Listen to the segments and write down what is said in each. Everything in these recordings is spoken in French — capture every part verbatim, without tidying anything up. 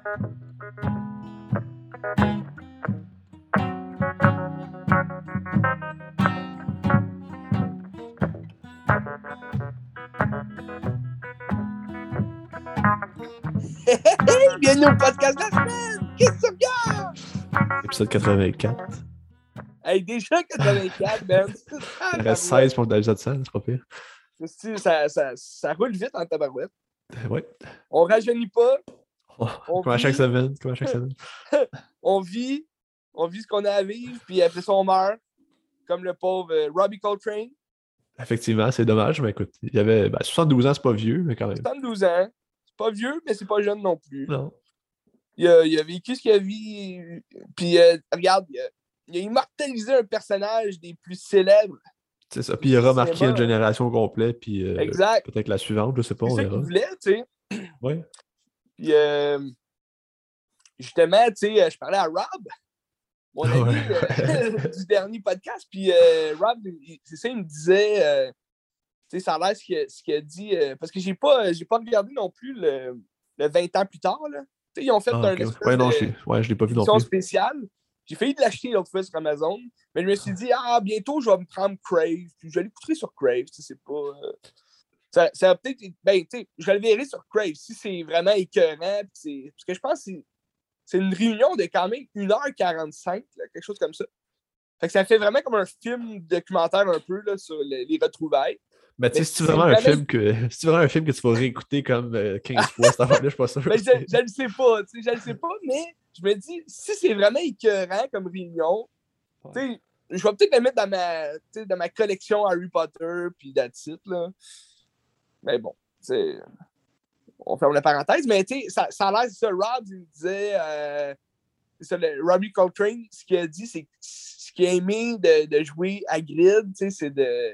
Hey, bienvenue au podcast de la semaine! Qu'est-ce que tu regardes? Épisode quatre-vingt-quatre. Hey, déjà quatre-vingt-quatre, Ben. Il reste seize pour l'épisode cent, c'est pas pire. Ça, ça, ça roule vite en tabarouette. Ouais. On rajeunit pas. Oh, On comme à vit. chaque semaine. Comme à chaque semaine. on vit. On vit ce qu'on a à vivre, puis après ça, on meurt. Comme le pauvre euh, Robbie Coltrane. Effectivement, c'est dommage, mais écoute, il y avait ben, soixante-douze ans, c'est pas vieux, mais quand même. soixante-douze ans. C'est pas vieux, mais c'est pas jeune non plus. Non. Il a, il a vécu ce qu'il a vécu. Puis, euh, regarde, il a, il a immortalisé un personnage des plus célèbres. C'est ça. Puis il a remarqué cinéma, une génération au complet, puis euh, exact. peut-être la suivante, je sais pas, C'est on ça verra. qu'il voulait, tu sais. Ouais. Puis, euh, justement, tu sais, je parlais à Rob, mon ami Ouais. euh, du dernier podcast, puis euh, Rob, il, c'est ça, il me disait, euh, tu sais, ça a l'air ce qu'il a, ce qu'il a dit, euh, parce que j'ai pas, j'ai pas regardé non plus le, le vingt ans plus tard, là. Tu sais, ils ont fait Ah, un okay. espèce ouais, non, de je, ouais, je l'ai pas vu non édition plus. spéciale. J'ai failli de l'acheter l'autre fois sur Amazon, mais je me suis dit, ah, bientôt, je vais me prendre Crave, puis je vais l'écouter sur Crave, tu sais, c'est pas... Euh, ça, ça va peut-être... Ben, tu sais, je le verrai sur Crave, si c'est vraiment écœurant, c'est, parce que je pense que c'est, c'est une réunion de quand même une heure quarante-cinq, là, quelque chose comme ça. Fait que ça fait vraiment comme un film documentaire un peu, là, sur les, les retrouvailles. Ben, tu sais, Mais si c'est vraiment, vraiment... un film que... si vraiment un film que tu vas réécouter comme euh, quinze fois, cette affaire-là, je suis pas sûr. Ben, je, je le sais pas, tu sais, je le sais pas, mais je me dis, si c'est vraiment écœurant comme réunion, tu sais, je vais peut-être le mettre dans ma, tu sais, dans ma collection Harry Potter, puis that's it, là. Mais bon, tu sais, on ferme la parenthèse, mais tu sais, ça, ça a l'air, c'est ça, Rob, il me disait, euh, c'est ça, le, Robbie Coltrane, ce qu'il a dit, c'est que ce qu'il a aimé de, de jouer à Grid, tu sais, c'est de...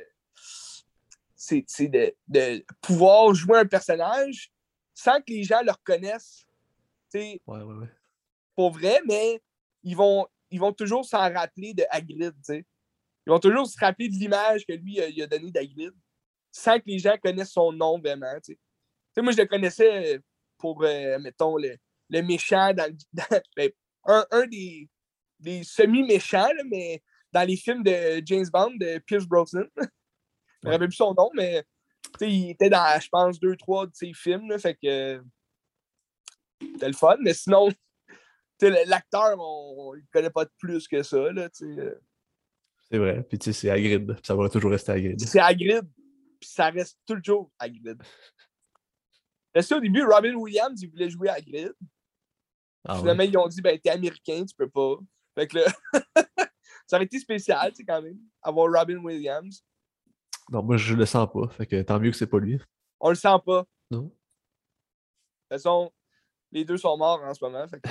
c'est, c'est de, de pouvoir jouer un personnage sans que les gens le reconnaissent, tu sais, ouais, ouais, ouais. pour vrai, mais ils vont, ils vont toujours s'en rappeler de Hagrid, tu sais. Ils vont toujours se rappeler de l'image que lui il a donnée d'Hagrid, sans que les gens connaissent son nom vraiment, tu sais. Tu sais, moi, je le connaissais pour, euh, mettons, le, le méchant dans, dans ben, un, un des, des semi-méchants, là, mais dans les films de James Bond, de Pierce Brosnan. Je me rappelle plus son nom, mais il était dans, je pense, deux, trois de ses films, là, fait que c'était le fun, mais sinon, l'acteur, on ne le connaît pas de plus que ça, là, t'sais. C'est vrai, puis tu sais, c'est Hagrid, puis ça va toujours rester Hagrid. C'est Hagrid, puis ça reste toujours Hagrid. Parce qu'au début, Robin Williams, il voulait jouer à Hagrid. Ah, finalement, ouais. ils ont dit, ben, t'es américain, tu peux pas. Fait que là, ça aurait été spécial, tu sais, quand même, avoir Robin Williams. Non, moi, je le sens pas, fait que tant mieux que c'est pas lui. On le sent pas. Non. De toute façon, les deux sont morts en ce moment, fait que...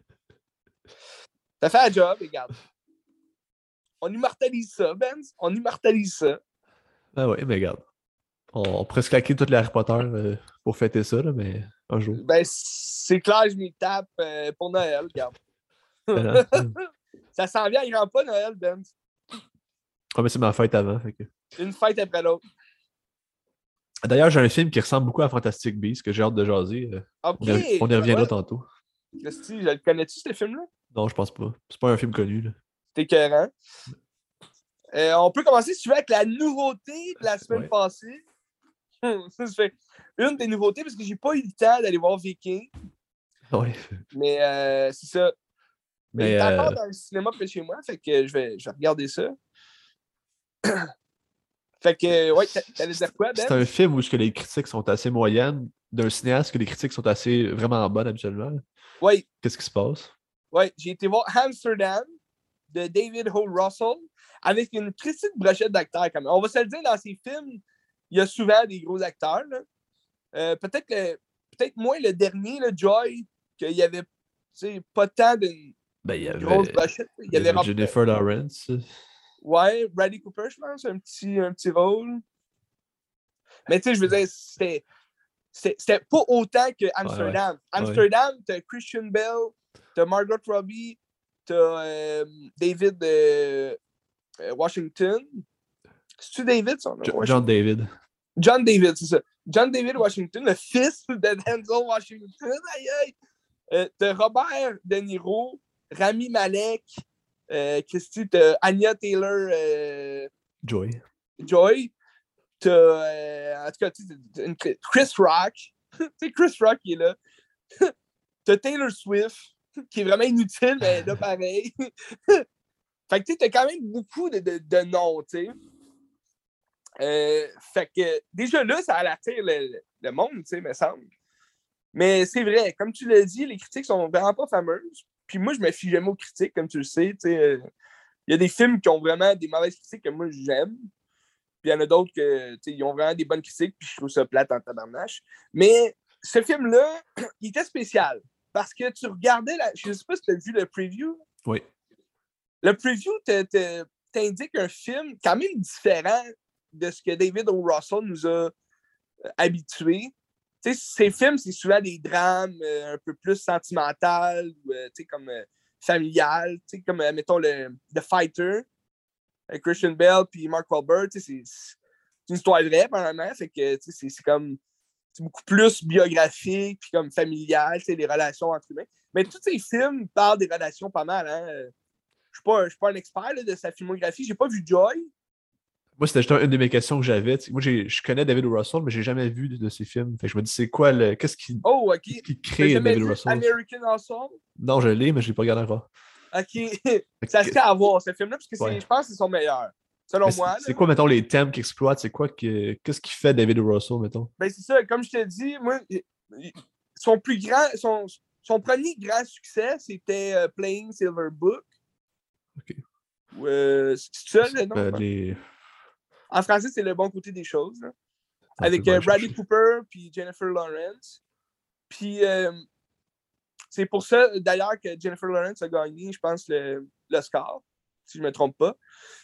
ça fait un job, regarde. On immortalise ça, Benz. On immortalise ça. Ben ouais, mais regarde. On, on pourrait se claquer tous les Harry Potter euh, pour fêter ça, là, mais un jour. Ben, c'est clair, je m'y tape euh, pour Noël, regarde. Ça s'en vient, il rend pas Noël, Benz. Ah, mais c'est ma fête avant, fait que... Une fête après l'autre. D'ailleurs, j'ai un film qui ressemble beaucoup à Fantastic Beasts que j'ai hâte de jaser. Ok. On y, on y reviendra ouais. tantôt. Christy, je le connais-tu, ce film-là? Non, je pense pas. C'est pas un film connu, là. C'est écœurant. Euh, on peut commencer, si tu veux, avec la nouveauté de la semaine ouais. passée. Ça, c'est une des nouveautés, parce que j'ai pas eu le temps d'aller voir Viking. Ouais. Mais euh, c'est ça. Mais, Mais il est euh... encore dans le cinéma près de chez moi, fait que je vais, je vais regarder ça. Fait que, ouais, t'allais dire quoi, Ben? C'est un film où les critiques sont assez moyennes, d'un cinéaste que les critiques sont assez vraiment bonnes habituellement. Oui. Qu'est-ce qui se passe? Oui, j'ai été voir Amsterdam de David O. Russell avec une petite brochette d'acteurs quand même. On va se le dire, dans ces films, il y a souvent des gros acteurs. Là. Euh, peut-être, le, peut-être moins le dernier, le Joy, qu'il y avait pas tant de ben, il y avait, grosse brochette. Il y, il y avait, avait Jennifer Lawrence. Ouais, Bradley Cooper, je pense, un petit, un petit rôle. Mais tu sais, je veux dire, c'était, c'était, c'était pas autant que Amsterdam. Ouais, ouais. Amsterdam, ouais. T'as Christian Bale, t'as Margot Robbie, t'as euh, David euh, Washington. C'est-tu David, son nom? Jo- John David. John David, c'est ça. John David Washington, le fils de Denzel Washington. Aïe, aïe. Euh, t'as Robert De Niro, Rami Malek, euh, Christy, t'as Anya Taylor euh, Joy. Joy. T'as, euh, en tout cas, t'as une, Chris Rock. Tu sais, Chris Rock qui est là. T'as Taylor Swift, qui est vraiment inutile, mais là, pareil. Fait que tu sais, t'as quand même beaucoup de, de, de noms, tu sais. Euh, fait que déjà là, ça attire le, le monde, tu sais, me semble. Mais c'est vrai, comme tu l'as dit, les critiques sont vraiment pas fameuses. Puis moi, je me fie jamais aux critiques, comme tu le sais. Il euh, y a des films qui ont vraiment des mauvaises critiques que moi, j'aime. Puis il y en a d'autres qui ont vraiment des bonnes critiques, puis je trouve ça plate en tabarnache. Mais ce film-là, il était spécial. Parce que tu regardais, la... je sais pas si tu as vu le preview. Oui. Le preview t'indique un film quand même différent de ce que David O. Russell nous a euh, habitués. Tu sais, ces films, c'est souvent des drames euh, un peu plus sentimentales ou euh, comme euh, familiales. Comme, euh, mettons, le The Fighter, avec Christian Bale puis Mark Wahlberg. C'est une histoire vraie, apparemment. Fait que c'est comme c'est beaucoup plus biographique puis comme familial, les relations entre humains. Mais tous ces films parlent des relations pas mal. Hein? Je ne suis pas un expert là, de sa filmographie. J'ai pas vu Joy. Moi, c'était juste une de mes questions que j'avais. Moi, je connais David O. Russell, mais j'ai jamais vu de, de ses films. Fait que je me dis, c'est quoi le. Qu'est-ce qui, oh, OK. qu'est-ce qui crée jamais David vu O. Russell? American Hustle? Non, je l'ai, mais je l'ai pas regardé encore. OK. Ça serait à voir, ce film-là, parce que ouais. je pense que c'est son meilleur. Selon moi. C'est quoi, mettons, les thèmes qu'il exploite? C'est quoi que. Qu'est-ce qui fait David O. Russell, mettons? Ben, c'est ça. Comme je te dis, moi, son plus grand. Son, son premier grand succès, c'était uh, Playing Silver Book. OK. Euh, c'est ça, le nom? Euh, les... En français, c'est Le bon côté des choses. Là. Avec euh, Bradley Cooper puis Jennifer Lawrence. Puis euh, c'est pour ça, d'ailleurs, que Jennifer Lawrence a gagné, je pense, l'Oscar, si je ne me trompe pas.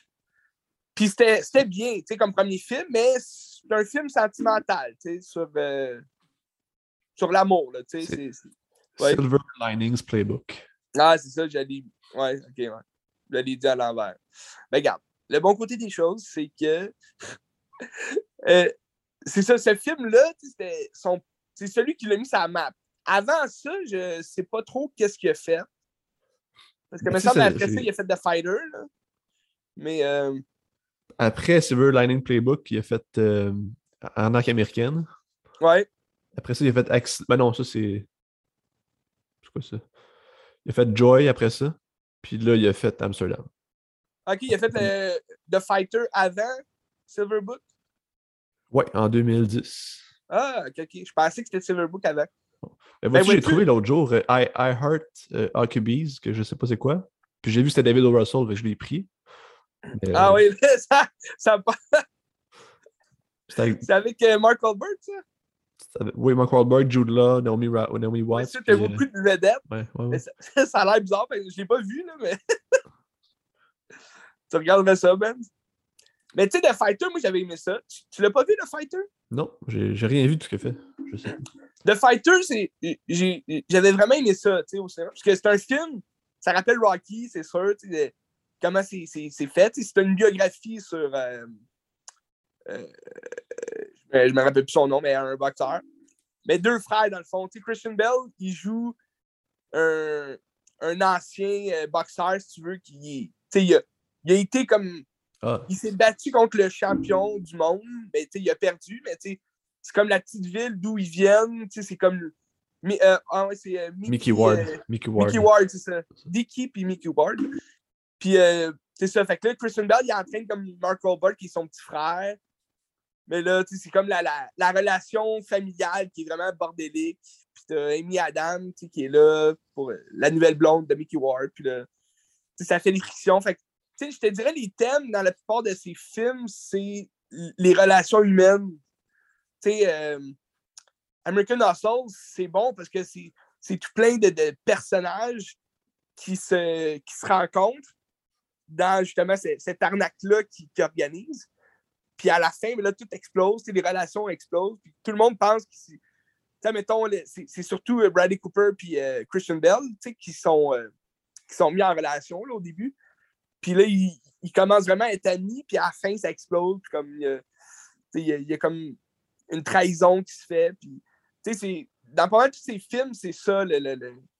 Puis c'était bien, tu sais, comme premier film, mais c'est un film sentimental, tu sais, sur, euh, sur l'amour, là, tu sais. Ouais. Silver Linings Playbook. Ah, c'est ça, j'allais... Ouais, OK, ouais. J'allais dire à l'envers. Mais regarde, le bon côté des choses, c'est que... euh, c'est ça, ce film-là, c'était son... c'est celui qui l'a mis sur la map. Avant ça, je sais pas trop qu'est-ce qu'il a fait. Parce que, me semble, après ça, il a fait The Fighter, là. Mais... Euh... Après Silver Lining Playbook, il a fait euh, Arnaque américaine. Ouais. Après ça, il a fait... Acc... Ben non, ça, c'est... C'est quoi ça? Il a fait Joy après ça. Puis là, il a fait Amsterdam. OK, il a fait le, The Fighter avant Silver Book? Ouais, en deux mille dix. Ah, OK, OK. Je pensais que c'était Silver Book avant. Ben, ben, j'ai trouvé l'autre jour uh, I, I Heart uh, Huckabees, que je sais pas c'est quoi. Puis j'ai vu que c'était David O. Russell, que je l'ai pris. Mais, ah euh... oui, ça... ça... C'est avec, avec euh, Mark Wahlberg, ça? Avec, oui, Mark Wahlberg, Jude Law, Naomi, Ra Naomi Watts. Oui, t'as beaucoup de vedettes. Ouais, ouais, ouais. Ça, ça a l'air bizarre, je ne l'ai pas vu, là, mais... Tu regarderais ça, Ben? Mais tu sais, The Fighter, moi, j'avais aimé ça. Tu, tu l'as pas vu, The Fighter? Non, j'ai rien vu de ce qu'il fait. Je sais. The Fighter, c'est... J'avais vraiment aimé ça, tu sais, au cinéma. Parce que c'est un film, ça rappelle Rocky, c'est sûr, tu sais, comment c'est fait. C'est une biographie sur... Euh, euh, je me rappelle plus son nom, mais un boxeur. Mais deux frères, dans le fond. Tu sais, Christian Bale, il joue un, un ancien euh, boxeur, si tu veux, qui... Tu sais, il a, il a été comme... Ah. Il s'est battu contre le champion du monde, mais il a perdu, mais c'est comme la petite ville d'où ils viennent, c'est comme euh, ah ouais, c'est euh, Mickey, Mickey Ward. Euh, Mickey Ward, Mickey Ward c'est ça. Dicky puis Mickey Ward. Puis euh, c'est ça, fait que là, Christian Bale, il entraîne comme Mark Wahlberg, qui est son petit frère. Mais là, c'est comme la, la, la relation familiale qui est vraiment bordélique. Puis t'as Amy Adams, qui est là pour la nouvelle blonde de Mickey Ward. Puis là, ça fait des frictions. Fait que tu sais, je te dirais, les thèmes dans la plupart de ces films, c'est les relations humaines. Tu sais, euh, American Hustle, c'est bon parce que c'est tout plein de, de personnages qui se, qui se rencontrent dans justement cette, cette arnaque-là qui, qui organise. Puis à la fin, là, tout explose, les relations explosent. Puis tout le monde pense que c'est. Tu sais, mettons, c'est surtout Bradley Cooper puis euh, Christian Bale qui sont, euh, qui sont mis en relation là, au début. Puis là, il, il commence vraiment à être ami, puis à la fin, ça explose. Puis comme, il, il, y a, il y a comme une trahison qui se fait. Puis, c'est, dans pas mal de tous ces films, c'est ça le, le, le,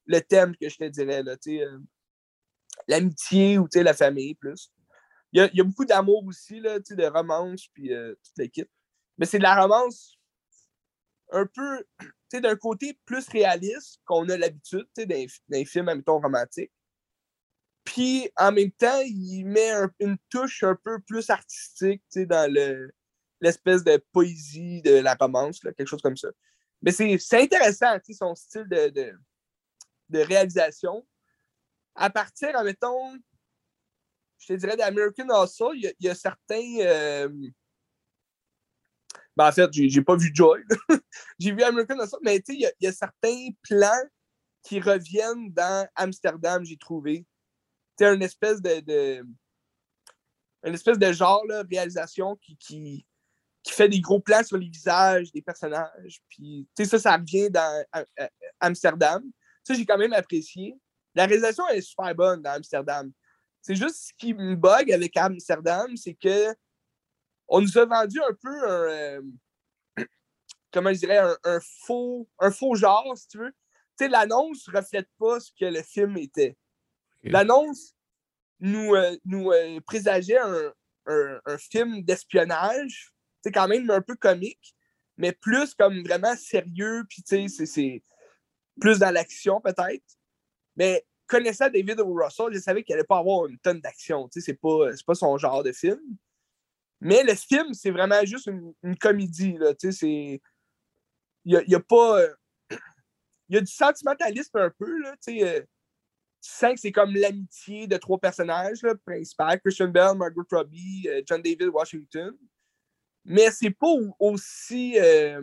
le thème que je te dirais, là, tu sais, euh, l'amitié ou, tu sais, la famille, plus. Il y a, il y a beaucoup d'amour aussi, là, tu sais, de romance, puis euh, toute l'équipe. Mais c'est de la romance un peu, tu sais, d'un côté plus réaliste qu'on a l'habitude, tu sais, dans les films, admettons, romantiques. Puis, en même temps, il met un, une touche un peu plus artistique, tu sais, dans le, l'espèce de poésie de la romance, là, quelque chose comme ça. Mais c'est, c'est intéressant, tu sais, son style de, de, de réalisation. À partir, admettons, je te dirais d'American Hustle, il y a, il y a certains... Euh... Ben, en fait, j'ai, j'ai pas vu Joy. J'ai vu American Hustle, mais tu sais, il y, a, il y a certains plans qui reviennent dans Amsterdam, j'ai trouvé. Tu sais, une espèce de... de une espèce de genre, là, réalisation qui, qui, qui fait des gros plans sur les visages des personnages. Puis, tu sais, ça, ça revient dans à, à, Amsterdam. Ça, j'ai quand même apprécié. La réalisation, elle est super bonne dans Amsterdam. C'est juste ce qui me bug avec Amsterdam, c'est que on nous a vendu un peu un, euh, comment je dirais, un, un, faux, un faux genre, si tu veux. Tu sais, l'annonce ne reflète pas ce que le film était. Okay. L'annonce nous, euh, nous euh, présageait un, un, un film d'espionnage, c'est quand même un peu comique, mais plus comme vraiment sérieux, puis tu sais, c'est, c'est plus dans l'action peut-être. Mais connaissant David O. Russell, je savais qu'il n'allait pas avoir une tonne d'action, tu sais, c'est pas, c'est pas son genre de film. Mais le film, c'est vraiment juste une, une comédie, là, tu sais, c'est... Il y a, y a pas... Euh... Il y a du sentimentalisme un peu, là, tu sais... Euh... Tu sens que c'est comme l'amitié de trois personnages là, principaux, Christian Bale, Margot Robbie, euh, John David Washington. Mais c'est pas aussi... Euh...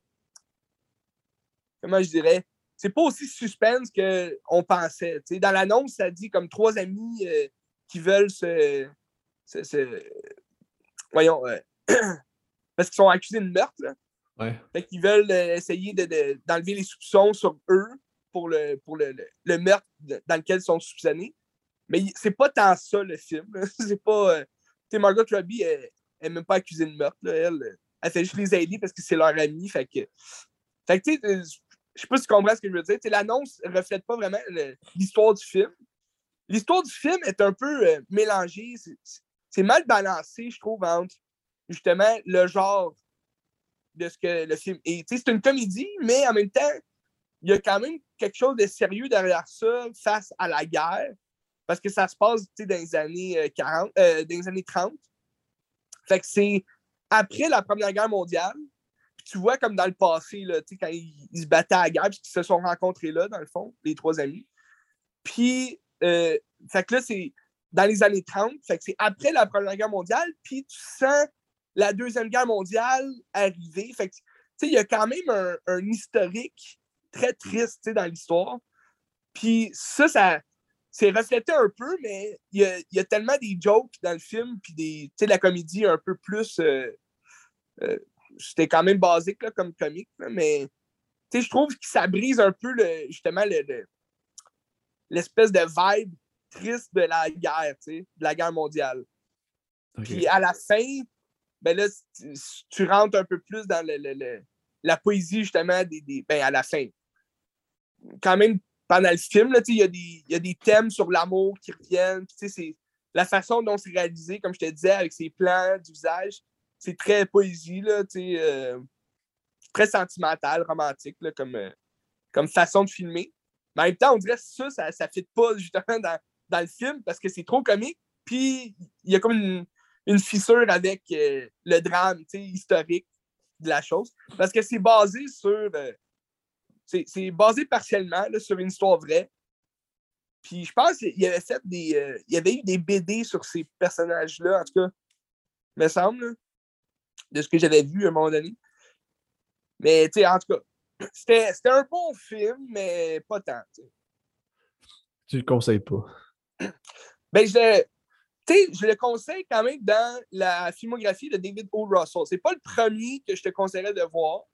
Comment je dirais? C'est pas aussi suspense qu'on pensait. T'sais. Dans l'annonce, ça dit comme trois amis euh, qui veulent se... se, se... Voyons... Euh... parce qu'ils sont accusés de meurtre, là. Ouais. Fait qu'ils veulent euh, essayer de, de, d'enlever les soupçons sur eux pour le, pour le, le, le meurtre dans lequel ils sont soupçonnés. Mais c'est pas tant ça, le film. Là. C'est pas... Euh... Tu sais, Margot Robbie, elle n'est même pas accusée de meurtre. Là. Elle, elle fait juste les aider parce que c'est leur ami. Fait que, fait que tu sais, je sais pas si tu comprends ce que je veux dire. T'sais, l'annonce ne reflète pas vraiment le, l'histoire du film. L'histoire du film est un peu euh, mélangée. C'est, c'est mal balancé, je trouve, entre justement le genre de ce que le film est. T'sais, c'est une comédie, mais en même temps, il y a quand même quelque chose de sérieux derrière ça face à la guerre, parce que ça se passe dans les années quarante, euh, dans les années trente. Fait que c'est après la Première Guerre mondiale. Puis tu vois comme dans le passé, là, quand ils, ils se battaient à la guerre, puis qu'ils se sont rencontrés là, dans le fond, les trois amis. Puis, euh, fait que là, c'est dans les années trente, fait que c'est après la Première Guerre mondiale, puis tu sens la Deuxième Guerre mondiale arriver. Fait que, tu sais, il y a quand même un, un historique très triste dans l'histoire. Puis ça, ça c'est reflété un peu, mais il y a, y a tellement des jokes dans le film, puis des, tu sais, la comédie un peu plus... Euh, euh, c'était quand même basique là, comme comique, là, mais tu sais, je trouve que ça brise un peu le, justement le, le, l'espèce de vibe triste de la guerre, tu sais, de la guerre mondiale. Okay. Puis à la fin, ben là, tu, tu rentres un peu plus dans le, le, le, la poésie, justement, des, des, ben à la fin. Quand même, pendant le film, il y, y a des thèmes sur l'amour qui reviennent. C'est la façon dont c'est réalisé, comme je te disais, avec ses plans du visage, c'est très poésie, là, euh, très sentimental, romantique, là, comme, euh, comme façon de filmer. Mais en même temps, on dirait que ça, ça ne fit pas justement dans, dans le film parce que c'est trop comique. Puis, il y a comme une, une fissure avec euh, le drame historique de la chose. Parce que c'est basé sur... Euh, C'est, c'est basé partiellement là, sur une histoire vraie. Puis je pense qu'il y avait fait des. Euh, il y avait eu des B D sur ces personnages-là, en tout cas, me semble, là, de ce que j'avais vu à un moment donné. Mais tu sais, en tout cas, c'était, c'était un bon film, mais pas tant. T'sais. Tu le conseilles pas? Ben, je, je le conseille quand même dans la filmographie de David O. Russell. C'est pas le premier que je te conseillerais de voir.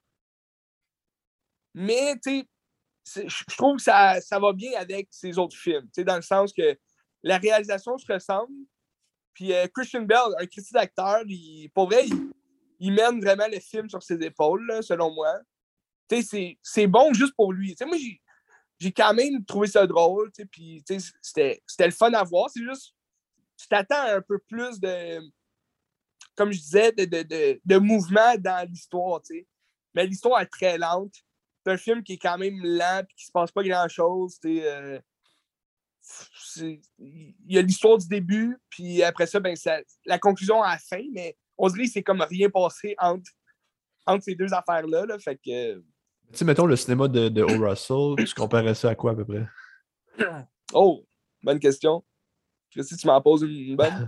Mais, tu sais, je trouve que ça, ça va bien avec ses autres films, dans le sens que la réalisation se ressemble. Puis euh, Christian Bale, un critique d'acteur, il, pour vrai, il, il mène vraiment le film sur ses épaules, là, selon moi. C'est, c'est bon juste pour lui. T'sais, moi, j'ai, j'ai quand même trouvé ça drôle, tu sais, puis tu sais, c'était, c'était le fun à voir. C'est juste, tu t'attends à un peu plus de, comme je disais, de, de, de, de mouvement dans l'histoire, tu sais. Mais l'histoire est très lente. C'est un film qui est quand même lent et qui se passe pas grand-chose, tu sais. Euh, c'est- il y a l'histoire du début, puis après ça, ben, ça, la conclusion à la fin, mais on dirait que c'est comme rien passé entre, entre ces deux affaires-là, là, fait que... Tu sais, mettons le cinéma de, de O. Russell, tu comparais ça à quoi à peu près? Oh, bonne question. Je sais si tu m'en poses une, une bonne.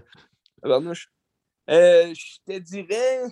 Euh, je te dirais...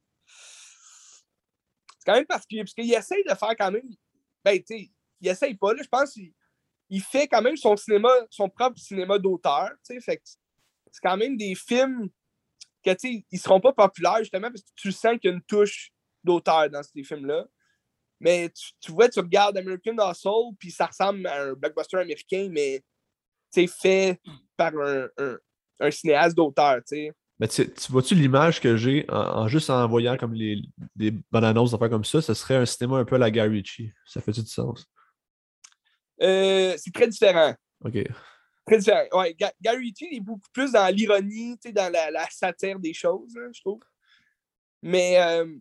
C'est quand même particulier, parce qu'il essaye de faire quand même... Ben, tu sais, il essaye pas, là, je pense qu'il il fait quand même son cinéma, son propre cinéma d'auteur, tu sais, fait que c'est quand même des films que, tu sais, ils seront pas populaires, justement, parce que tu sens qu'il y a une touche d'auteur dans ces films-là. Mais tu, tu vois, tu regardes American Hustle, puis ça ressemble à un blockbuster américain, mais c'est fait par un, un, un cinéaste d'auteur, tu sais. Mais tu, tu vois-tu l'image que j'ai en, en juste en voyant comme les, des bonnes annonces d'affaires comme ça, ce serait un cinéma un peu à la Guy Ritchie. Ça fait-tu du sens? Euh, c'est très différent. OK. Très différent. Ouais, Ga- Gary Ritchie est beaucoup plus dans l'ironie, tu sais, dans la, la satire des choses, hein, je trouve. Mais euh,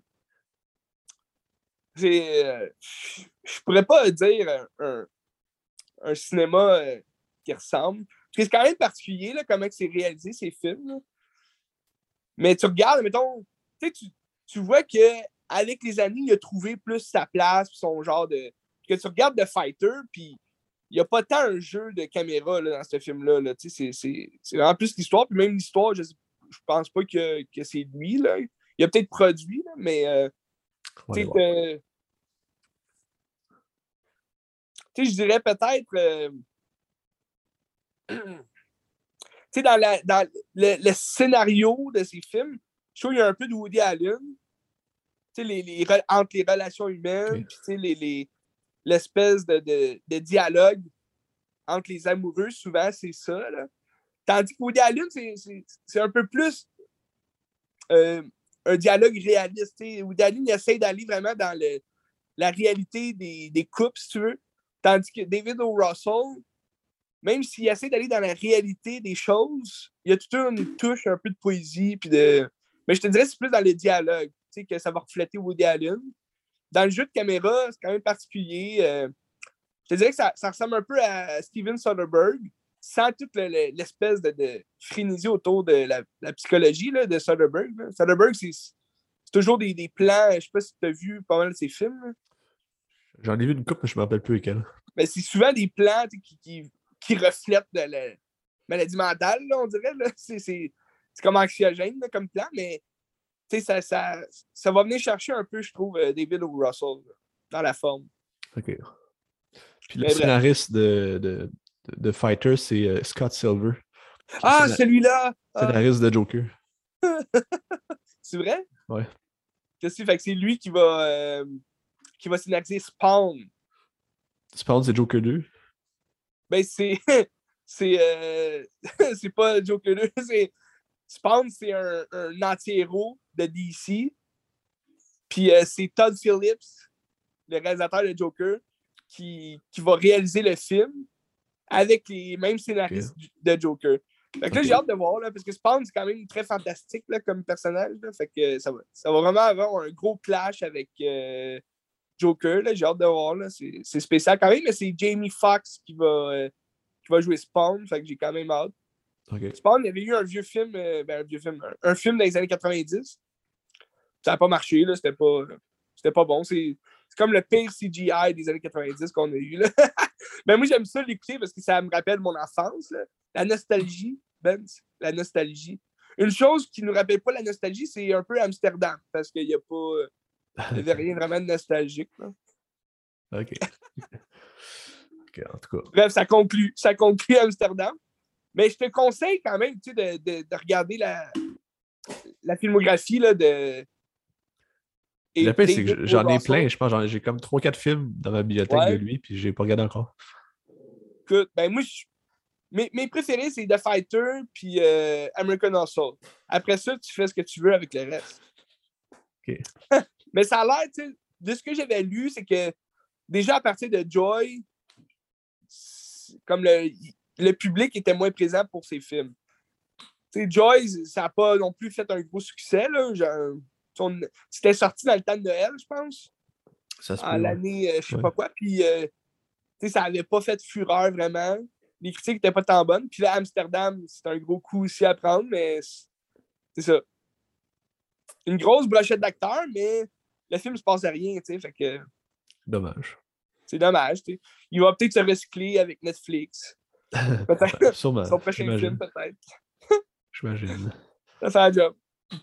c'est, euh, je pourrais pas dire un, un, un cinéma euh, qui ressemble. Parce que c'est quand même particulier, là, comment c'est réalisé, ces films. Là. Mais tu regardes, mettons, tu, tu vois qu'avec les années, il a trouvé plus sa place, son genre de. Que tu regardes The Fighter, puis il n'y a pas tant un jeu de caméra là, dans ce film-là. Là. C'est, c'est, c'est vraiment plus l'histoire, puis même l'histoire, je, je pense pas que, que c'est lui. Là. Il a peut-être produit, là, mais euh, tu sais, je dirais peut-être. Euh, tu sais, dans, la, dans le, le, scénario de ces films, je trouve qu'il y a un peu de Woody Allen. Tu sais, les, les, entre les relations humaines, OK. puis tu sais, les, les, l'espèce de, de, de dialogue entre les amoureux, souvent, c'est ça. Là. Tandis que Woody Allen, c'est, c'est, c'est un peu plus euh, un dialogue réaliste. T'sais. Woody Allen, il essaie d'aller vraiment dans le, la réalité des, des couples, si tu veux. Tandis que David O. Russell, même s'il essaie d'aller dans la réalité des choses, il y a toute une touche un peu de poésie. Puis de... Mais je te dirais, c'est plus dans le dialogue que ça va refléter Woody Allen. Dans le jeu de caméra, c'est quand même particulier. Euh, je te dirais que ça, ça ressemble un peu à Steven Soderbergh, sans toute le, le, l'espèce de, de, frénésie autour de la, la psychologie là, de Soderbergh. Là. Soderbergh, c'est, c'est toujours des, des plans. Je ne sais pas si tu as vu pas mal de ses films. Là. J'en ai vu une couple, mais je ne me rappelle plus lesquels. Mais c'est souvent des plans qui, qui, qui reflètent de la maladie mentale, là, on dirait. Là. C'est, c'est, c'est comme anxiogène là, comme plan, mais ça, ça, ça va venir chercher un peu, je trouve, David O. Russell là, dans la forme. OK. Puis le Mais bref. scénariste de, de, de Fighter, c'est euh, Scott Silver. Ah, Scénar... celui-là! Ah. Scénariste de Joker. C'est vrai? Ouais. Qu'est-ce que fait que c'est lui qui va, euh, qui va scénariser Spawn. Spawn, c'est Joker deux? Ben, c'est. c'est, euh, c'est pas Joker deux. C'est, Spawn, c'est un, un anti-héros de D C. Puis euh, c'est Todd Phillips, le réalisateur de Joker, qui, qui va réaliser le film avec les mêmes scénaristes okay. de Joker. Fait que okay. là, j'ai hâte de voir, là, parce que Spawn, c'est quand même très fantastique là, comme personnage. Là, fait que ça va, ça va vraiment avoir un gros clash avec euh, Joker. Là, j'ai hâte de voir. Là, c'est, c'est spécial quand même, mais c'est Jamie Foxx qui va, euh, qui va jouer Spawn. Fait que j'ai quand même hâte. Okay. Spawn, il y avait eu un vieux film, euh, ben, un vieux film, un, un film dans les années quatre-vingt-dix. Ça n'a pas marché, là, c'était pas, c'était pas bon. C'est, c'est comme le pire C G I des années quatre-vingt-dix qu'on a eu. Là. Mais moi, j'aime ça l'écouter parce que ça me rappelle mon enfance. Là. La nostalgie, Ben, la nostalgie. Une chose qui ne nous rappelle pas la nostalgie, c'est un peu Amsterdam, parce qu'il n'y a pas. Il n'y avait rien vraiment de nostalgique. Là. OK. OK, en tout cas. Bref, ça conclut. Ça conclut Amsterdam. Mais je te conseille quand même tu sais, de, de, de regarder la, la filmographie là, de. Et le pire, c'est que j'en ai plein. Je pense que j'ai comme trois quatre films dans ma bibliothèque ouais. de lui, puis je n'ai pas regardé encore. Écoute, ben moi, je... mes, mes préférés, c'est The Fighter puis euh, American Hustle. Après ça, tu fais ce que tu veux avec le reste. OK. Mais ça a l'air, tu sais, de ce que j'avais lu, c'est que déjà à partir de Joy, comme le, le public était moins présent pour ces films. Tu sais, Joy, ça n'a pas non plus fait un gros succès. Là. Genre, son, c'était sorti dans le temps de Noël, je pense. Ça se En peut, ouais. l'année, euh, je sais Ouais. pas quoi. Puis, euh, tu sais, ça n'avait pas fait fureur vraiment. Les critiques n'étaient pas tant bonnes. Puis là, Amsterdam, c'est un gros coup aussi à prendre, mais c'est ça. Une grosse brochette d'acteurs, mais le film ne se passe à rien, tu sais. Fait que Dommage. c'est dommage, tu sais. Il va peut-être se recycler avec Netflix. Peut-être. Sûrement. Son prochain J'imagine. film, peut-être. J'imagine. Ça fait un job.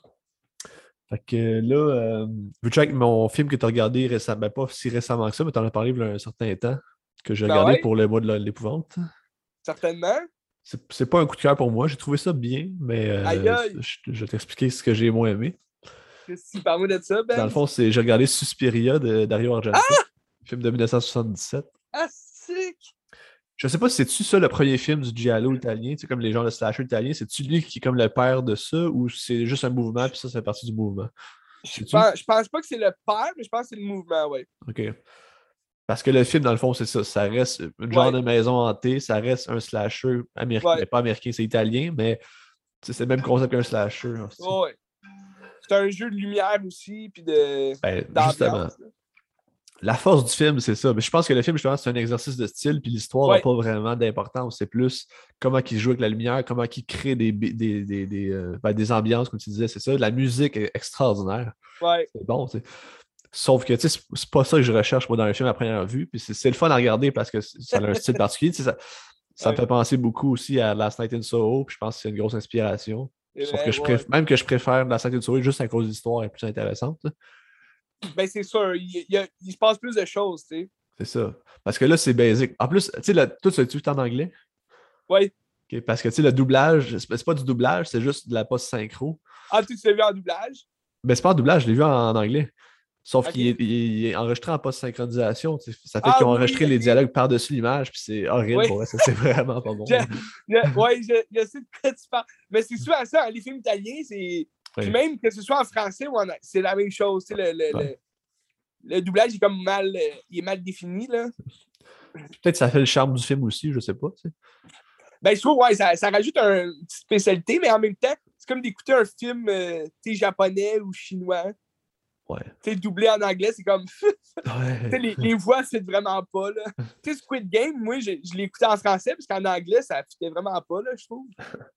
Fait que là, euh, veux-tu avec mon film que tu as regardé récemment, ben pas si récemment que ça, mais tu en as parlé il y a un certain temps, que j'ai Ben regardé ouais. pour le mois de l'épouvante. Certainement. C'est, c'est pas un coup de cœur pour moi, j'ai trouvé ça bien, mais euh, Aïe, aïe. je, je vais t'expliquer ce que j'ai moins aimé. Si, parle-moi de ça, Ben. Dans le fond, c'est, j'ai regardé Suspiria de Dario Argento, film de dix-neuf cent soixante-dix-sept. Ah, sick! Je sais pas si c'est-tu ça le premier film du giallo italien, tu sais, comme les gens de slasher italien, c'est-tu lui qui est comme le père de ça, ou c'est juste un mouvement, puis ça, c'est partie du mouvement? Je pense, je pense pas que c'est le père, mais je pense que c'est le mouvement, oui. OK. Parce que le film, dans le fond, c'est ça. Ça reste un genre Ouais. de maison hantée, ça reste un slasher américain. Ouais. Mais pas américain, c'est italien, mais c'est le même concept qu'un slasher. Hein, c'est- Ouais. C'est un jeu de lumière aussi, puis de Ben, d'ambiance. justement. là. La force du film, c'est ça. Mais je pense que le film, justement, c'est un exercice de style, puis l'histoire n'a Ouais. pas vraiment d'importance. C'est plus comment il joue avec la lumière, comment il crée des, des, des, des, des, euh, ben, des ambiances, comme tu disais, c'est ça. La musique est extraordinaire. Ouais. C'est bon, tu sais. Sauf que, tu sais, c'est- c'est pas ça que je recherche, moi, dans un film à première vue. Puis c'est c'est le fun à regarder parce que c- ça a un style particulier. Tu sais, ça ça me Ouais. fait penser beaucoup aussi à Last Night in Soho. Puis je pense que c'est une grosse inspiration. C'est Sauf vrai, que je ouais. préf- même que je préfère Last Night in Soho juste à cause de l'histoire, elle est plus intéressante. tu sais. Ben, c'est sûr. Il, il, y a- il se passe plus de choses, tu sais. C'est ça. Parce que là, c'est basic. En plus, tu sais, là, tout ça, tu en anglais. Ouais. Ok, parce que, tu sais, le doublage, c'est c'est pas du doublage, c'est juste de la post-synchro. Ah, tu l'as vu en doublage? Ben, c'est pas en doublage, je l'ai vu en, en anglais. Sauf Ok. qu'il est, il est enregistré en post-synchronisation. tu sais. Ça fait Ah, qu'ils ont oui, enregistré oui, les ok. dialogues par-dessus l'image, puis c'est horrible Oui. pour vrai. Ça, c'est vraiment pas bon. Je, je, ouais, je, je sais de quoi tu parles. Mais c'est souvent ça, hein, les films italiens, c'est. Puis Ouais. même que ce soit en français ou en. C'est la même chose. tu sais, Le, le, Ouais. le, le doublage est comme mal. euh, Il est mal défini, là. Peut-être que ça fait le charme du film aussi, je sais pas. tu sais. Ben, je trouve, ouais, ça, ça rajoute un- une petite spécialité, mais en même temps, c'est comme d'écouter un film euh, tu sais, japonais ou chinois. Ouais. Tu sais, doublé en anglais, c'est comme. Tu sais, Ouais. les, les voix, c'est vraiment pas, là. Tu sais, Squid Game, moi, je, je l'ai écouté en français, parce qu'en anglais, ça fitait vraiment pas, là, je trouve.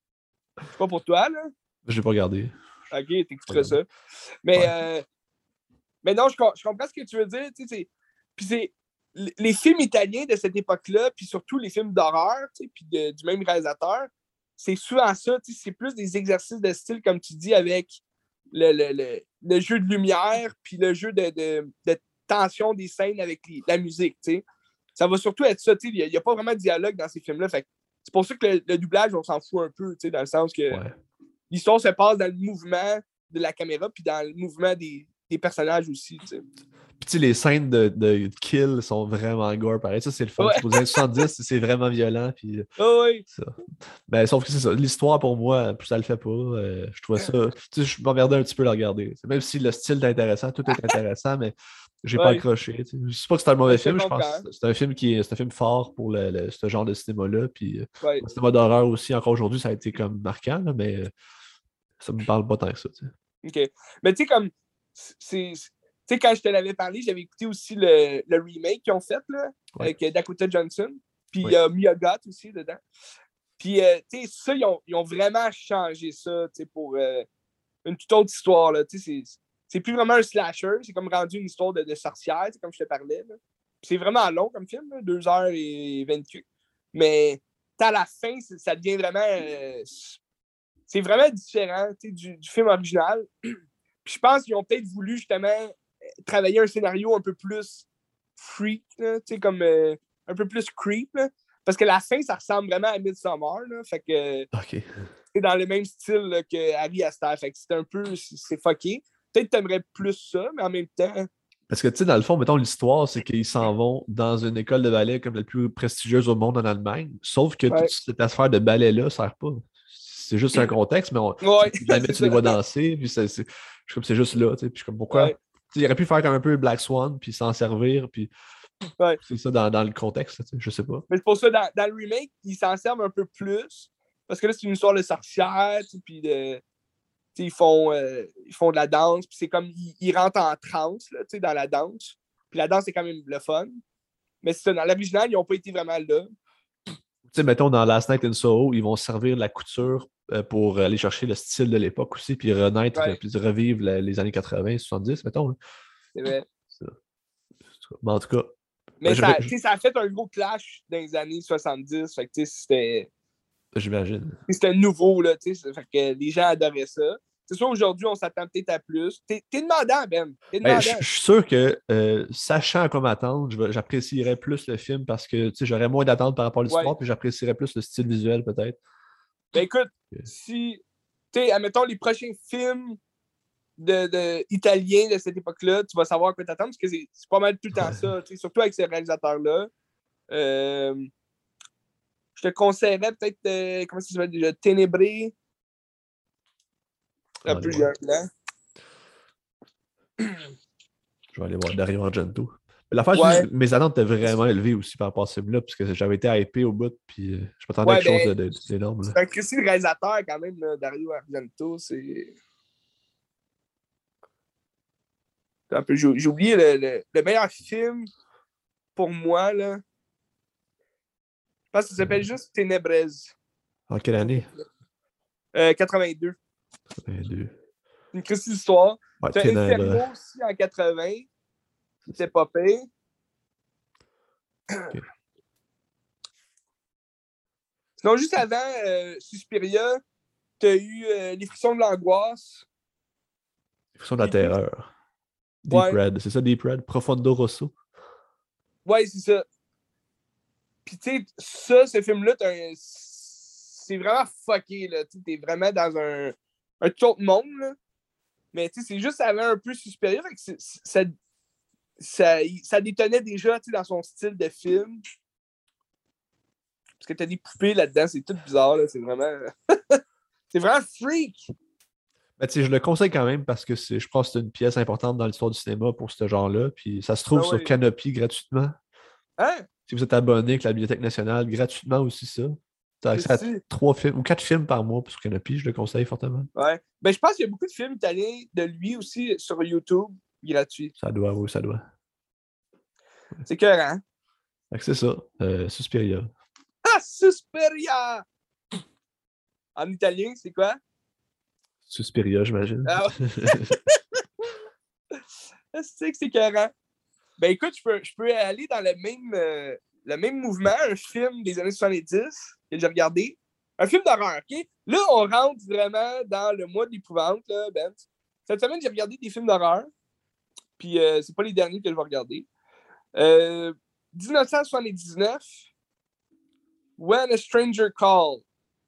C'est pas pour toi, là. J'ai pas regardé. Ok, t'écouteras ça. Mais, Ouais. euh, mais non, je, com- je comprends ce que tu veux dire. tu sais, c'est- Puis c'est l- les films italiens de cette époque-là, puis surtout les films d'horreur, tu sais, puis de- du même réalisateur, c'est souvent ça. tu sais, C'est plus des exercices de style, comme tu dis, avec le, le, le, le jeu de lumière, puis le jeu de, de, de tension des scènes avec les- la musique. tu sais. Ça va surtout être ça. tu sais, Il n'y a, a pas vraiment de dialogue dans ces films-là. Fait que c'est pour ça que le, le doublage, on s'en fout un peu, tu sais, dans le sens que Ouais. l'histoire se passe dans le mouvement de la caméra, puis dans le mouvement des, des personnages aussi. tu sais. Puis tu sais, les scènes de, de kill sont vraiment gore, pareil. Ça, c'est le fun. Ouais. C'est pour les années soixante-dix, c'est vraiment violent. Puis Ah oui, ça. Ben, sauf que c'est ça. L'histoire, pour moi, ça le fait pas. Euh, je trouvais ça. Tu sais, je m'emmerdais un petit peu à le regarder. Même si le style est intéressant, tout est intéressant, mais j'ai pas Ouais. accroché. tu sais. Je sais pas que c'est un mauvais Ouais, je te film. Je pense comprends. que c'est un film qui est, c'est un film fort pour le, le- ce genre de cinéma-là. Puis euh, ouais. le cinéma d'horreur aussi, encore aujourd'hui, ça a été comme marquant, là, mais euh, ça me parle pas tant que ça. tu sais. OK. Mais tu sais, comme, c'est. Tu sais, quand je te l'avais parlé, j'avais écouté aussi le, le remake qu'ils ont fait, là, Ouais. avec euh, Dakota Johnson. Puis il Ouais. y a Mia Goth aussi dedans. Puis, euh, tu sais, ça, ils ont, ils ont vraiment changé ça, tu sais, pour euh, une toute autre histoire, là. Tu sais, c'est- c'est plus vraiment un slasher, c'est comme rendu une histoire de, de sorcière, tu sais, comme je te parlais, là. Puis c'est vraiment long comme film, là, deux heures et vingt-huit. Mais à la fin, c'est- ça devient vraiment. euh, c'est vraiment différent tu sais, du, du film original. Puis je pense qu'ils ont peut-être voulu justement euh, travailler un scénario un peu plus freak, là, tu sais, comme euh, un peu plus creep. Là, parce que la fin, ça ressemble vraiment à Midsommar. Là, fait que OK. c'est dans le même style là, que Harry Aster. Fait que c'est un peu. C'est c'est fucké. Peut-être que t'aimerais plus ça, mais en même temps. Parce que, tu sais, dans le fond, mettons, l'histoire, c'est qu'ils s'en vont dans une école de ballet comme la plus prestigieuse au monde en Allemagne. Sauf que Ouais. toute cette affaire de ballet-là ne sert pas. C'est juste un contexte, mais on, Ouais, jamais c'est tu les ça. vois danser. Puis c'est, c'est, je suis comme, c'est juste là. tu sais, Puis je suis comme, pourquoi? Ouais. Tu sais, il aurait pu faire comme un peu Black Swan, puis s'en servir. Puis Ouais. C'est ça dans, dans le contexte, tu sais, je sais pas. Mais c'est pour ça, dans, dans le remake, ils s'en servent un peu plus. Parce que là, c'est une histoire de sorcière, puis de. Ils font, euh, ils font de la danse, puis c'est comme. Ils, ils rentrent en transe, là, dans la danse. Puis la danse, c'est quand même le fun. Mais c'est ça, dans l'original, ils n'ont pas été vraiment là. Tu sais, mettons, dans Last Night in Soho, ils vont servir de la couture euh, pour aller chercher le style de l'époque aussi, puis renaître, Ouais. puis revivre la- les années quatre-vingts, soixante-dix, mettons. Là. C'est vrai. Ça. Mais en tout cas. Mais je, ça, je, ça a fait un gros clash dans les années soixante-dix. Fait que c'était. J'imagine. C'était nouveau, là, tu sais. Fait que les gens adoraient ça. C'est sûr, aujourd'hui, on s'attend peut-être à plus. T'es, t'es demandant, Ben. T'es Ben, demandant. je je suis sûr que, euh, sachant à quoi m'attendre, je vais- j'apprécierais plus le film parce que tu sais, j'aurais moins d'attentes par rapport à l'histoire, Ouais. puis j'apprécierais plus le style visuel, peut-être. Ben écoute, Ok. si. Tu sais, admettons les prochains films de, de, italiens de cette époque-là, tu vas savoir à quoi t'attendre parce que c'est, c'est pas mal tout le temps Ouais. ça, tu sais, surtout avec ces réalisateurs-là. Euh, je te conseillerais peut-être, euh, comment ça s'appelle déjà, Ténébré. On Un va aller peu voir. violent. Je vais aller voir Dario Argento. Mais l'affaire, c'est Ouais, que mes attentes étaient vraiment élevées aussi par rapport à ce film-là, parce que j'avais été hypé au bout, puis euh, je m'attendais à ouais, quelque chose ben, de- de- d'énorme. Là. c'est un Christy le réalisateur quand même, là, Dario Argento. C'est. c'est un peu. J'ai, j'ai oublié le, le, le meilleur film pour moi, là. Je pense que ça s'appelle juste Ténébrèse. En quelle année? Euh, quatre-vingt-deux. quatre-vingt-deux. Une Christy d'histoire. Ouais, C'est Ténèbres. Inferno aussi en quatre-vingts. C'est ça. C'était pas pire. Ok. Sinon, juste avant euh, Suspiria, t'as eu euh, Les frissons de l'angoisse. Frisson de la Puis tout. terreur. Deep Ouais, Red, c'est ça, Deep Red? Profondo Rosso. ouais, c'est ça. Puis tu sais, ça, ce film-là, t'as un- c'est vraiment fucké, là. Tu sais, t'es vraiment dans un, un tout autre monde, là. Mais tu sais, c'est juste avant un peu Suspiria, fait que c'est- c'est- ça, ça, ça détonnait déjà, tu sais, dans son style de film. Parce que t'as des poupées là-dedans, c'est tout bizarre, là. C'est vraiment... c'est vraiment freak! Ben, tu sais, je le conseille quand même parce que c'est, je pense que c'est une pièce importante dans l'histoire du cinéma pour ce genre-là. Puis ça se trouve Ben sur ouais. Canopy gratuitement. Hein? Si vous êtes abonné avec la Bibliothèque nationale, gratuitement aussi ça. Tu as accès à Christy? trois films ou quatre films par mois sur Canopy, je le conseille fortement. Ouais. Ben, je pense qu'il y a beaucoup de films italiens de lui aussi sur YouTube, gratuits. Ça doit, oui, ça doit. C'est écœurant. Fait que c'est ça. Euh, Suspiria. Ah, Suspiria! En italien, c'est quoi? Suspiria, j'imagine. Ah, c'est que c'est écœurant. Ben écoute, je peux, je peux aller dans le même, euh, le même mouvement, un film des années soixante-dix que j'ai regardé. Un film d'horreur, OK? Là, on rentre vraiment dans le mois de l'épouvante, là, Ben. Cette semaine, j'ai regardé des films d'horreur. Puis euh, c'est pas les derniers que je vais regarder. Euh, dix-neuf cent soixante-dix-neuf, When a Stranger Call.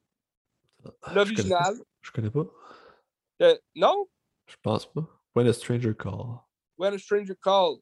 Je connais pas. L'original. Je connais pas. Euh, non? Je pense pas. When a Stranger Call. When a Stranger Call.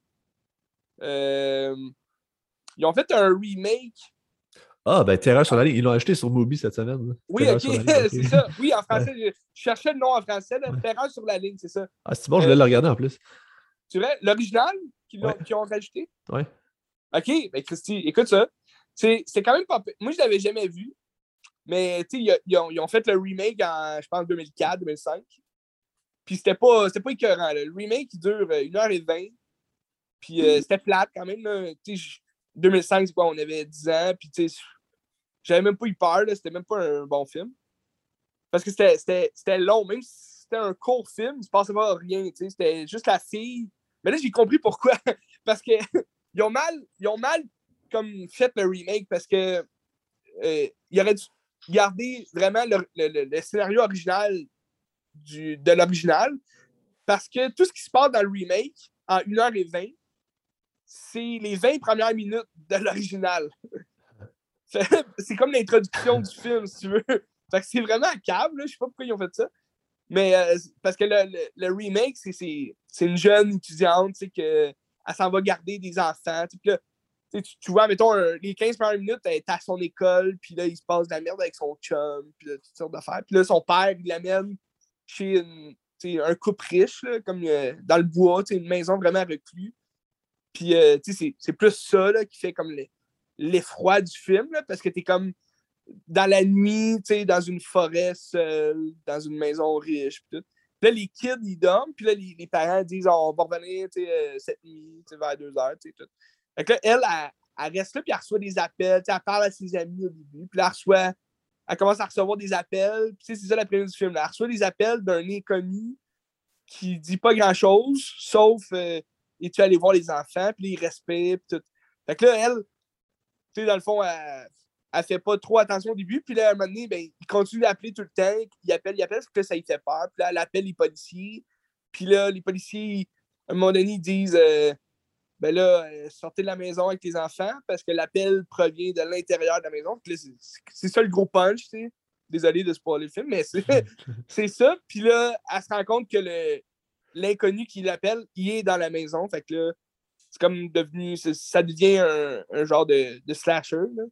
Euh, ils ont fait un remake. Ah, ben Terreur sur la ligne. Ils l'ont acheté sur Mubi cette semaine. Là. Oui, Terreur OK, sur la ligne, ok. c'est ça. Oui, en Ouais, français, je cherchais le nom en français. Là. ouais. Terreur sur la ligne, c'est ça. Ah, c'est bon, je Euh, voulais le regarder en plus. tu vois, l'original qu'ils, Ouais, qu'ils ont rajouté? ouais. OK, ben Christy, écoute ça. C'est, c'est quand même pas... Moi, je l'avais jamais vu. Mais, tu sais, ils, ont, ils ont fait le remake en, je pense, deux mille quatre, deux mille cinq. Puis c'était pas, c'était pas écœurant. Là. Le remake, il dure une heure vingt. Puis euh, c'était plate quand même. Là. deux mille cinq, c'est quoi? On avait dix ans. Puis tu sais, j'avais même pas eu peur. Là. C'était même pas un bon film. Parce que c'était, c'était, c'était long. Même si c'était un court film, il se passait pas rien. Tu sais. C'était juste la fille. Mais là, j'ai compris pourquoi. Parce que ils ont mal, ils ont mal comme fait le remake. Parce que euh, ils auraient dû garder vraiment le, le, le scénario original du, de l'original. Parce que tout ce qui se passe dans le remake, en une heure vingt, c'est les vingt premières minutes de l'original. C'est comme l'introduction du film, si tu veux. Fait que c'est vraiment câble, là. Je sais pas pourquoi ils ont fait ça. Mais euh, parce que le, le, le remake, c'est, c'est, c'est une jeune étudiante, tu sais, que elle s'en va garder des enfants. Puis là, tu, tu vois, mettons, un, les quinze premières minutes, elle est à son école, puis là, il se passe de la merde avec son chum, puis là, toutes sortes d'affaires. Puis là, son père, il l'amène chez une, un couple riche, là, comme euh, dans le bois, une maison vraiment recluse. Puis, euh, tu sais, c'est, c'est plus ça là, qui fait comme le- l'effroi du film, là, parce que t'es comme dans la nuit, tu sais, dans une forêt seule, dans une maison riche, puis tout. Puis là, les kids, ils dorment, puis là, les, les parents disent oh, on va revenir, tu sais, euh, cette nuit, tu sais, vers deux heures, tu sais, tout. Fait que là, elle, elle, elle reste là, puis elle reçoit des appels, tu sais, elle parle à ses amis au début, puis là, elle reçoit, elle commence à recevoir des appels, puis tu sais, c'est ça la première du film, là. Elle reçoit des appels d'un inconnu qui dit pas grand-chose, sauf euh, es-tu allé voir les enfants, puis là, il respire, puis tout. Fait que là, elle, tu sais, dans le fond, elle, elle fait pas trop attention au début, puis là, à un moment donné, ben, il continue d'appeler tout le temps, il appelle, il appelle, parce que là, ça lui fait peur, puis là, elle appelle les policiers, puis là, les policiers, à un moment donné, ils disent euh, ben là, euh, sortez de la maison avec les enfants, parce que l'appel provient de l'intérieur de la maison. Puis là, c'est, c'est ça le gros punch, tu sais. Désolé de spoiler le film, mais c'est, c'est ça. Puis là, elle se rend compte que le, l'inconnu qui l'appelle, il est dans la maison. Fait que là, c'est comme devenu, c'est- ça devient un, un genre de, de slasher, là.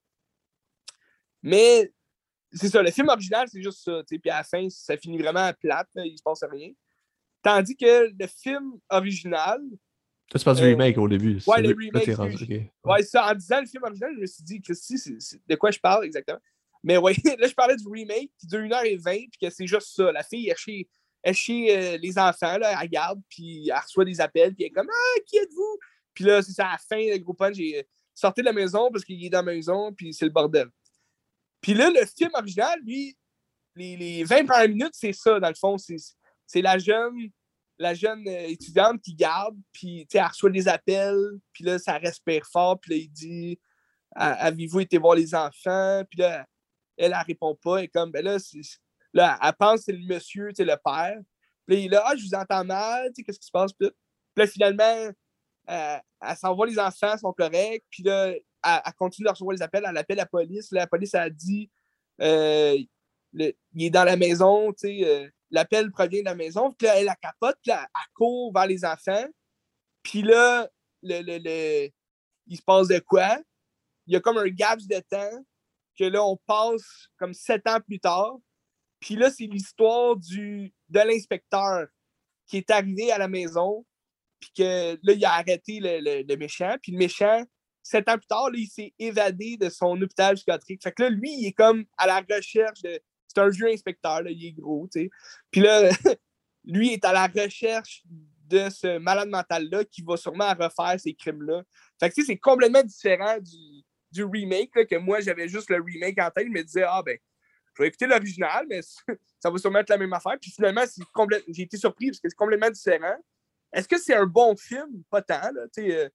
Mais c'est ça, le film original, c'est juste ça, tu sais. Puis à la fin, ça finit vraiment plate, là, il se passe rien. Tandis que le film original, Toi, tu parles du euh, remake au début. ouais, C'est le là, là, remake, t'es rendu. excuse. Ok. Ouais. Ouais, ça, en disant le film original, je me suis dit, Christy, c'est, c'est de quoi je parle exactement. Mais ouais, là, je parlais du remake qui dure une heure vingt, puis que c'est juste ça. La fille, elle chie, elle chie euh, les enfants, là, elle garde, puis elle reçoit des appels, puis elle est comme ah, qui êtes-vous? Puis là, c'est ça, à la fin, le gros punch, j'ai sorti de la maison parce qu'il est dans la maison, puis c'est le bordel. Puis là, le film original, lui, les, les vingt premières minutes, c'est ça, dans le fond. C'est, c'est la jeune, la jeune euh, étudiante qui garde, puis elle reçoit des appels, puis là, ça respire fort, puis là, il dit avez-vous été voir les enfants? Puis là, elle, elle répond pas. Et comme, ben là, c'est, là, elle pense que c'est le monsieur, le père. Puis là, il est là, ah, je vous entends mal, qu'est-ce qui se passe? Puis là, finalement, euh, elle s'envoie les enfants, sont corrects. Puis là, elle, elle continue de recevoir les appels. Elle appelle la police. Là, la police a dit euh, le, il est dans la maison. Euh, l'appel provient de la maison. Puis là, elle la capote. Puis là, elle court vers les enfants. Puis là, le, le, le, il se passe de quoi? Il y a comme un gap de temps que là, on passe comme sept ans plus tard. Puis là, c'est l'histoire du, de l'inspecteur qui est arrivé à la maison, puis que là, il a arrêté le, le, le méchant. Puis le méchant, sept ans plus tard, là, il s'est évadé de son hôpital psychiatrique. Fait que là, lui, il est comme à la recherche de. C'est un vieux inspecteur, là, il est gros, tu sais. Puis là, lui est à la recherche de ce malade mental-là qui va sûrement refaire ces crimes-là. Fait que tu sais, c'est complètement différent du, du remake, là, que moi, j'avais juste le remake en tête. Je me disais, ah ben, je vais écouter l'original, mais ça va sûrement être la même affaire. Puis finalement, c'est complè... j'ai été surpris parce que c'est complètement différent. Est-ce que c'est un bon film? Pas tant, là. Euh,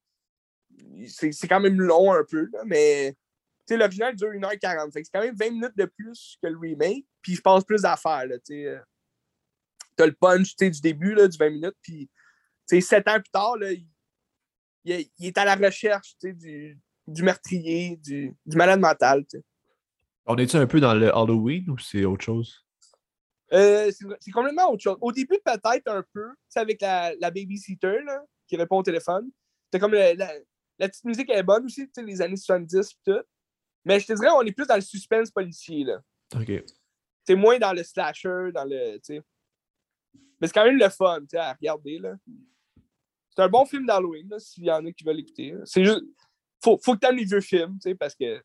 c'est, c'est quand même long un peu, là, mais l'original dure une heure quarante. Fait que c'est quand même vingt minutes de plus que le remake. Puis je pense plus d'affaires. Là, euh, t'as le punch du début là, du vingt minutes. Puis sept ans plus tard, là, il, il, il est à la recherche du, du meurtrier, du, du malade mental. T'sais. On est-tu un peu dans le Halloween ou c'est autre chose? Euh, c'est, c'est complètement autre chose. Au début, peut-être un peu, avec la, la babysitter là, qui répond au téléphone. C'est comme le, la, la petite musique elle est bonne aussi, les années soixante-dix et tout. Mais je te dirais, on est plus dans le suspense policier. Là. OK. C'est moins dans le slasher, dans le. T'sais. Mais c'est quand même le fun à regarder. Là. C'est un bon film d'Halloween, là, s'il y en a qui veulent l'écouter. Là. C'est juste. Faut, faut que tu aimes les vieux films, parce que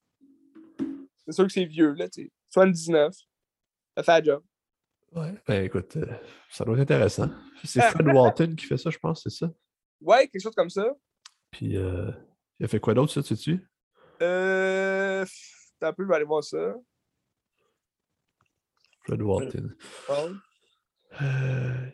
c'est sûr que c'est vieux, là, soixante-dix-neuf. Ça fait la job. Ouais, ben écoute, euh, ça doit être intéressant. C'est Fred Walton qui fait ça, je pense, c'est ça? Ouais, quelque chose comme ça. Puis, euh, il a fait quoi d'autre, ça, tu sais-tu? Euh. T'as un peu, je vais aller voir ça. Fred Walton. Oh. Euh...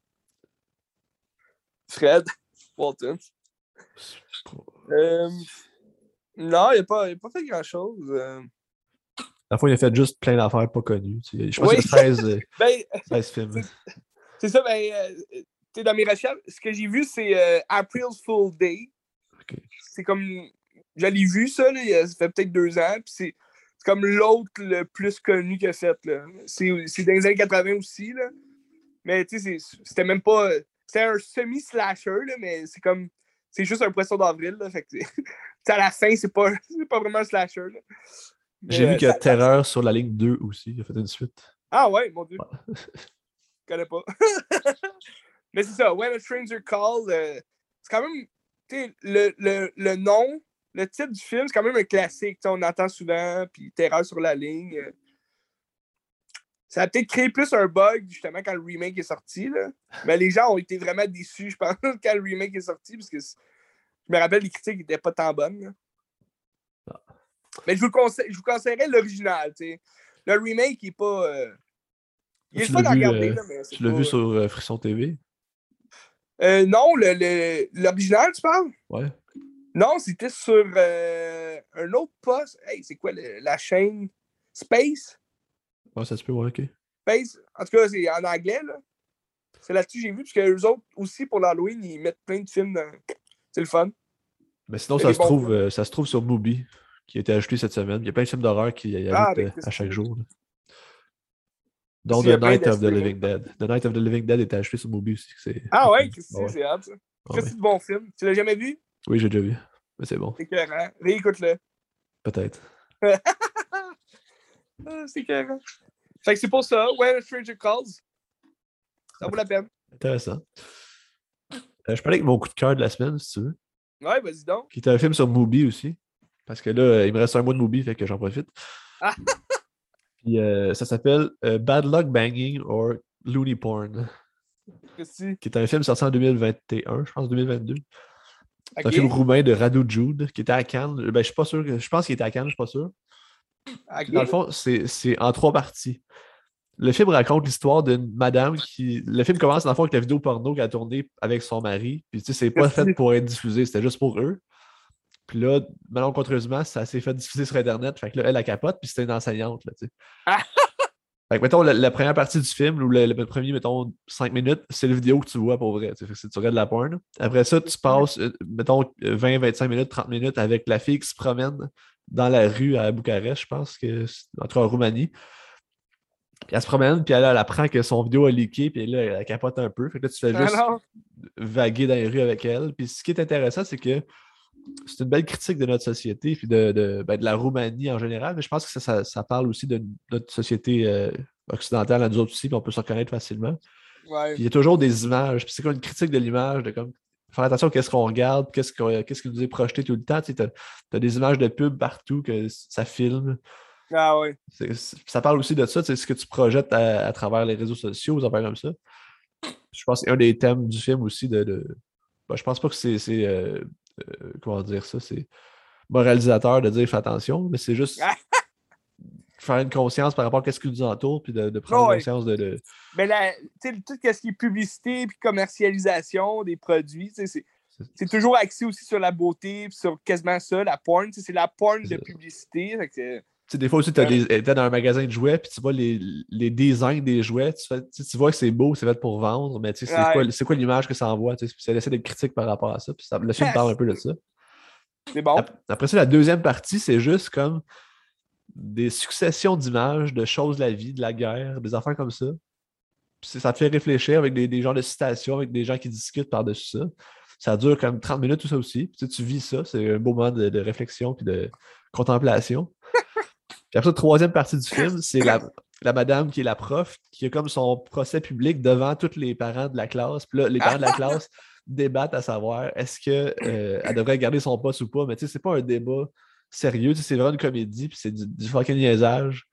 Fred Walton. Euh... Non, il n'a pas, pas fait grand-chose. Euh... La fois, il a fait juste plein d'affaires pas connues. Tu sais. Je pense oui. qu'il y a seize, euh, ben, seize films. C'est, c'est ça, ben, euh, dans mes recherches, ce que j'ai vu, c'est euh, April's Fool Day. Okay. C'est comme. Je l'ai vu, ça, là, ça fait peut-être deux ans. Puis c'est, c'est comme l'autre le plus connu qu'il a fait. Là. C'est, c'est dans les années quatre-vingts aussi. Là. Mais tu sais, c'était même pas. C'était un semi-slasher, là, mais c'est comme. C'est juste un poisson d'avril. Là, fait que, à la fin, c'est pas, c'est pas vraiment un slasher. Là. Mais, J'ai vu qu'il y a ça, Terreur ça... sur la ligne deux aussi. Il a fait une suite. Ah ouais, mon Dieu. Ouais. Je connais pas. Mais c'est ça. When a Stranger Call, euh, c'est quand même. tu sais, le, le, le nom, le titre du film, c'est quand même un classique. T'sais, on entend souvent, puis Terreur sur la ligne. euh, Ça a peut-être créé plus un bug, justement, quand le remake est sorti. Là. Mais les gens ont été vraiment déçus, je pense, quand le remake est sorti, parce que je me rappelle, les critiques n'étaient pas tant bonnes. Là. Mais je vous, conseille, je vous conseillerais l'original. T'sais. Le remake, il est pas. Euh... Il est Tu pas l'as à vu, regarder, euh, là, mais c'est tu l'as pas. vu sur euh, Frisson T V? Euh, non, le, le, l'original, tu parles? Ouais. Non, c'était sur euh, un autre poste. Hey, c'est quoi le, la chaîne? Space? Ouais, ça se peut, ouais, ok. Space? En tout cas, c'est en anglais, là. C'est là-dessus que j'ai vu, parce que eux autres aussi, pour l'Halloween, ils mettent plein de films dans... C'est le fun. Mais sinon, C'est ça des se bons trouve, films. euh, ça se trouve sur Mubi, qui a été ajouté cette semaine. Il y a plein de films d'horreur qui y Ah, ajoutent ben, euh, à qu'est-ce que chaque tu jour. Là. Dont S'il y The a plein Night de of the streaming. Living Dead. The Night of the Living Dead est ajouté sur Mubi aussi. C'est Ah c'est ouais, cool. qu'est-ce Ah que ouais. c'est hâte, ça. Ah Qu'est-ce ouais. que c'est de bon film? Tu l'as jamais vu? Oui, j'ai déjà vu. Mais c'est bon. C'est écœurant. Réécoute-le. Peut-être. Ah, c'est écœurant. Fait que c'est pour ça. When a Stranger Calls. Ça vaut la peine. Intéressant. Euh, je parlais avec mon coup de cœur de la semaine, si tu veux. Ouais, vas-y donc. Qui est un film sur Mubi aussi. Parce que là, euh, il me reste un mois de Mubi, fait que j'en profite. Ah. Puis euh, ça s'appelle euh, Bad Luck Banging or Looney Porn. Qu'est-ce que Qui est un film sorti en deux mille vingt et un, je pense, deux mille vingt-deux. C'est un film Ok. roumain de Radu Jude qui était à Cannes. Ben, je suis pas sûr. que- Je pense qu'il était à Cannes, je suis pas sûr. Puis, dans le Ok. fond, c'est c'est en trois parties. Le film raconte l'histoire d'une madame qui. Le film commence dans le fond avec la vidéo porno qu'elle a tournée avec son mari. Puis tu sais, c'est pas Qu'est-ce fait que pour être diffusé, c'était juste pour eux. Puis là, malencontreusement, ça s'est fait diffuser sur Internet. Fait que là, elle a capote, puis c'était une enseignante. Là, tu sais. Ah. Fait que, mettons, la, la première partie du film, ou le, le premier, mettons, cinq minutes, c'est la vidéo que tu vois pour vrai. Tu sais, fait que c'est- tu regardes de la porn. Après ça, tu passes, euh, mettons, vingt, vingt-cinq minutes, trente minutes avec la fille qui se promène dans la rue à Bucarest, je pense, que c'est- entre en Roumanie. Puis elle se promène, puis elle, elle apprend que son vidéo a leaké, puis là, elle capote un peu. Fait que là, tu fais juste Alors. vaguer dans les rues avec elle. Puis ce qui est intéressant, c'est que c'est une belle critique de notre société, puis de, de, ben, de la Roumanie en général, mais je pense que ça, ça, ça parle aussi de notre société euh, occidentale à nous autres aussi, puis on peut se reconnaître facilement. Ouais. Puis il y a toujours des images, puis c'est comme une critique de l'image, de comme faire attention à qu'est-ce qu'on regarde, qu'est-ce, qu'on- qu'est-ce qui nous est projeté tout le temps. Tu as, des images de pub partout que ça filme. Ah ouais. C'est- c'est- ça parle aussi de ça, c'est ce que tu projettes à, à travers les réseaux sociaux, des affaires comme ça. Je pense que c'est un des thèmes du film aussi de. de... Ben, je pense pas que c'est. c'est, euh, euh, comment dire ça? C'est moralisateur de dire fais attention, mais c'est juste Ah. faire une conscience par rapport à ce qui nous entoure, puis de, de prendre Ouais. conscience de. de... Mais la, tu sais, tout ce qui est publicité puis commercialisation des produits, tu sais, c'est, c'est toujours axé aussi sur la beauté, puis sur quasiment ça, la porn. Tu sais, c'est la porn de publicité. Fait que c'est- Tu sais, des fois aussi, tu es dans un magasin de jouets, puis tu vois les, les designs des jouets, tu, fais, tu, sais, tu vois que c'est beau, c'est fait pour vendre, mais tu sais, c'est Ouais. quoi, c'est quoi l'image que ça envoie? Tu sais, c'est d'essayer d'être critique par rapport à ça. Puis ça, le film parle un peu de ça. C'est bon. Ap- Après ça, la deuxième partie, c'est juste comme des successions d'images de choses de la vie, de la guerre, des affaires comme ça. Puis ça te fait réfléchir avec des, des genres de citations, avec des gens qui discutent par-dessus ça. Ça dure comme trente minutes, tout ça aussi. Puis, tu sais, tu vis ça, c'est un beau moment de, de réflexion puis de contemplation. Puis après, la troisième partie du film, c'est la, la madame qui est la prof, qui a comme son procès public devant tous les parents de la classe. Puis là, les parents de la classe débattent à savoir est-ce qu'elle euh, devrait garder son poste ou pas. Mais tu sais, c'est pas un débat sérieux, tu sais, c'est vraiment une comédie, puis c'est du, du fucking niaisage.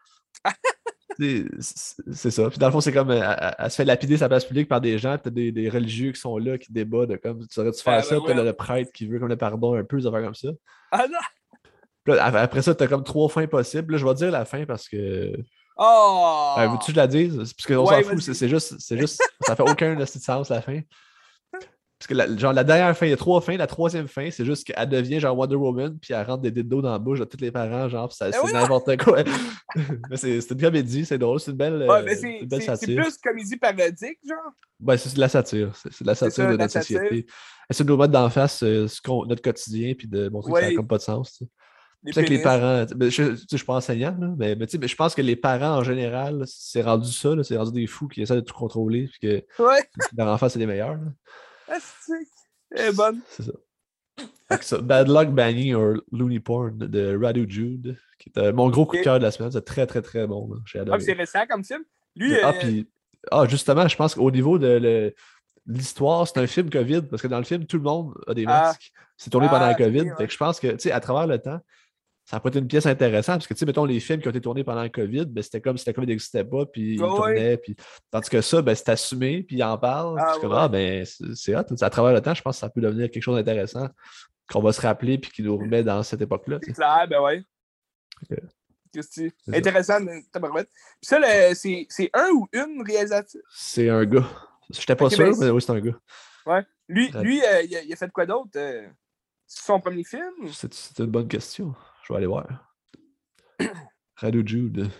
C'est c'est ça. Puis dans le fond, c'est comme elle, elle- elle se fait lapider sa place publique par des gens, puis t'as des, des religieux qui sont là, qui débattent de comme tu aurais-tu faire Ah, ça, ben puis t'as ouais. le, le prêtre qui veut comme le pardon un peu, des affaires comme ça. Ah non! Puis là, après ça, t'as comme trois fins possibles. Là, je vais dire la fin parce que. Oh! Euh, veux-tu que je la dise? Parce qu'on Ouais, s'en fout, vas-y. c'est c'est juste, c'est juste. Ça fait aucun de sens la fin. Parce que la, genre, la dernière fin, il y a trois fins. La troisième fin, c'est juste qu'elle devient genre Wonder Woman, puis elle rentre des dildos dans la bouche de tous les parents, genre, puis ça- Eh c'est oui, n'importe quoi. Mais c'est c'est une comédie, c'est drôle, c'est une belle, Ouais, euh, mais c'est c'est, une belle c'est, c'est satire. plus comédie parodique, genre. Ben, c'est de la satire. C'est c'est de la C'est satire ça, de de la notre satire. société. Essayer de nous mettre d'en face euh, ce qu'on- notre quotidien, puis de montrer que ça n'a Ouais. comme pas de sens. Tu sais. Les C'est que les pénis. parents, ben, je ne suis pas enseignant, là, mais, mais, tu sais, mais je pense que les parents en général, c'est rendu ça, là, c'est rendu des fous qui essaient de tout contrôler, puis que Ouais. leur enfant, c'est les meilleurs. Là. Astique. Elle est bonne. C'est ça. Fait que ça. Bad Luck Banging or Looney Porn de Radu Jude, qui est euh, mon gros coup de Ok. cœur de la semaine. C'est très, très, très bon. là. J'ai Ah, puis c'est adoré. récent comme film. Lui, Ah, euh, puis, ah, justement, je pense qu'au niveau de le, l'histoire, c'est un film COVID, parce que dans le film, tout le monde a des Ah, masques. C'est tourné pendant la ah, COVID. ok, Fait ouais. que je pense que, tu sais, à travers le temps, ça a pas été une pièce intéressante, parce que, tu sais, mettons, les films qui ont été tournés pendant le COVID, ben, c'était comme si la COVID n'existait pas, puis ils Ouais, ouais. tournaient, puis... Tandis que ça, ben, c'est assumé, puis ils en parlent, puis Ah, c'est comme, ouais. ah, ben, c'est c'est hot. À travers le temps, je pense que ça peut devenir quelque chose d'intéressant, qu'on va se rappeler, puis qui nous remet dans cette époque-là, tu C'est sais. clair, ben ouais. Fait que Christy. c'est ça. Intéressant, mais tabarouette. Puis ça, le- c'est c'est un ou une réalisatrice? C'est un gars. J'étais pas Ok, ben, sûr, mais oui, c'est un gars. ouais. Lui, Rad- lui euh, il, a, il a fait quoi d'autre? Euh, c'est son premier film? C'est c'est une bonne question. Je vais aller voir. Radu Jude.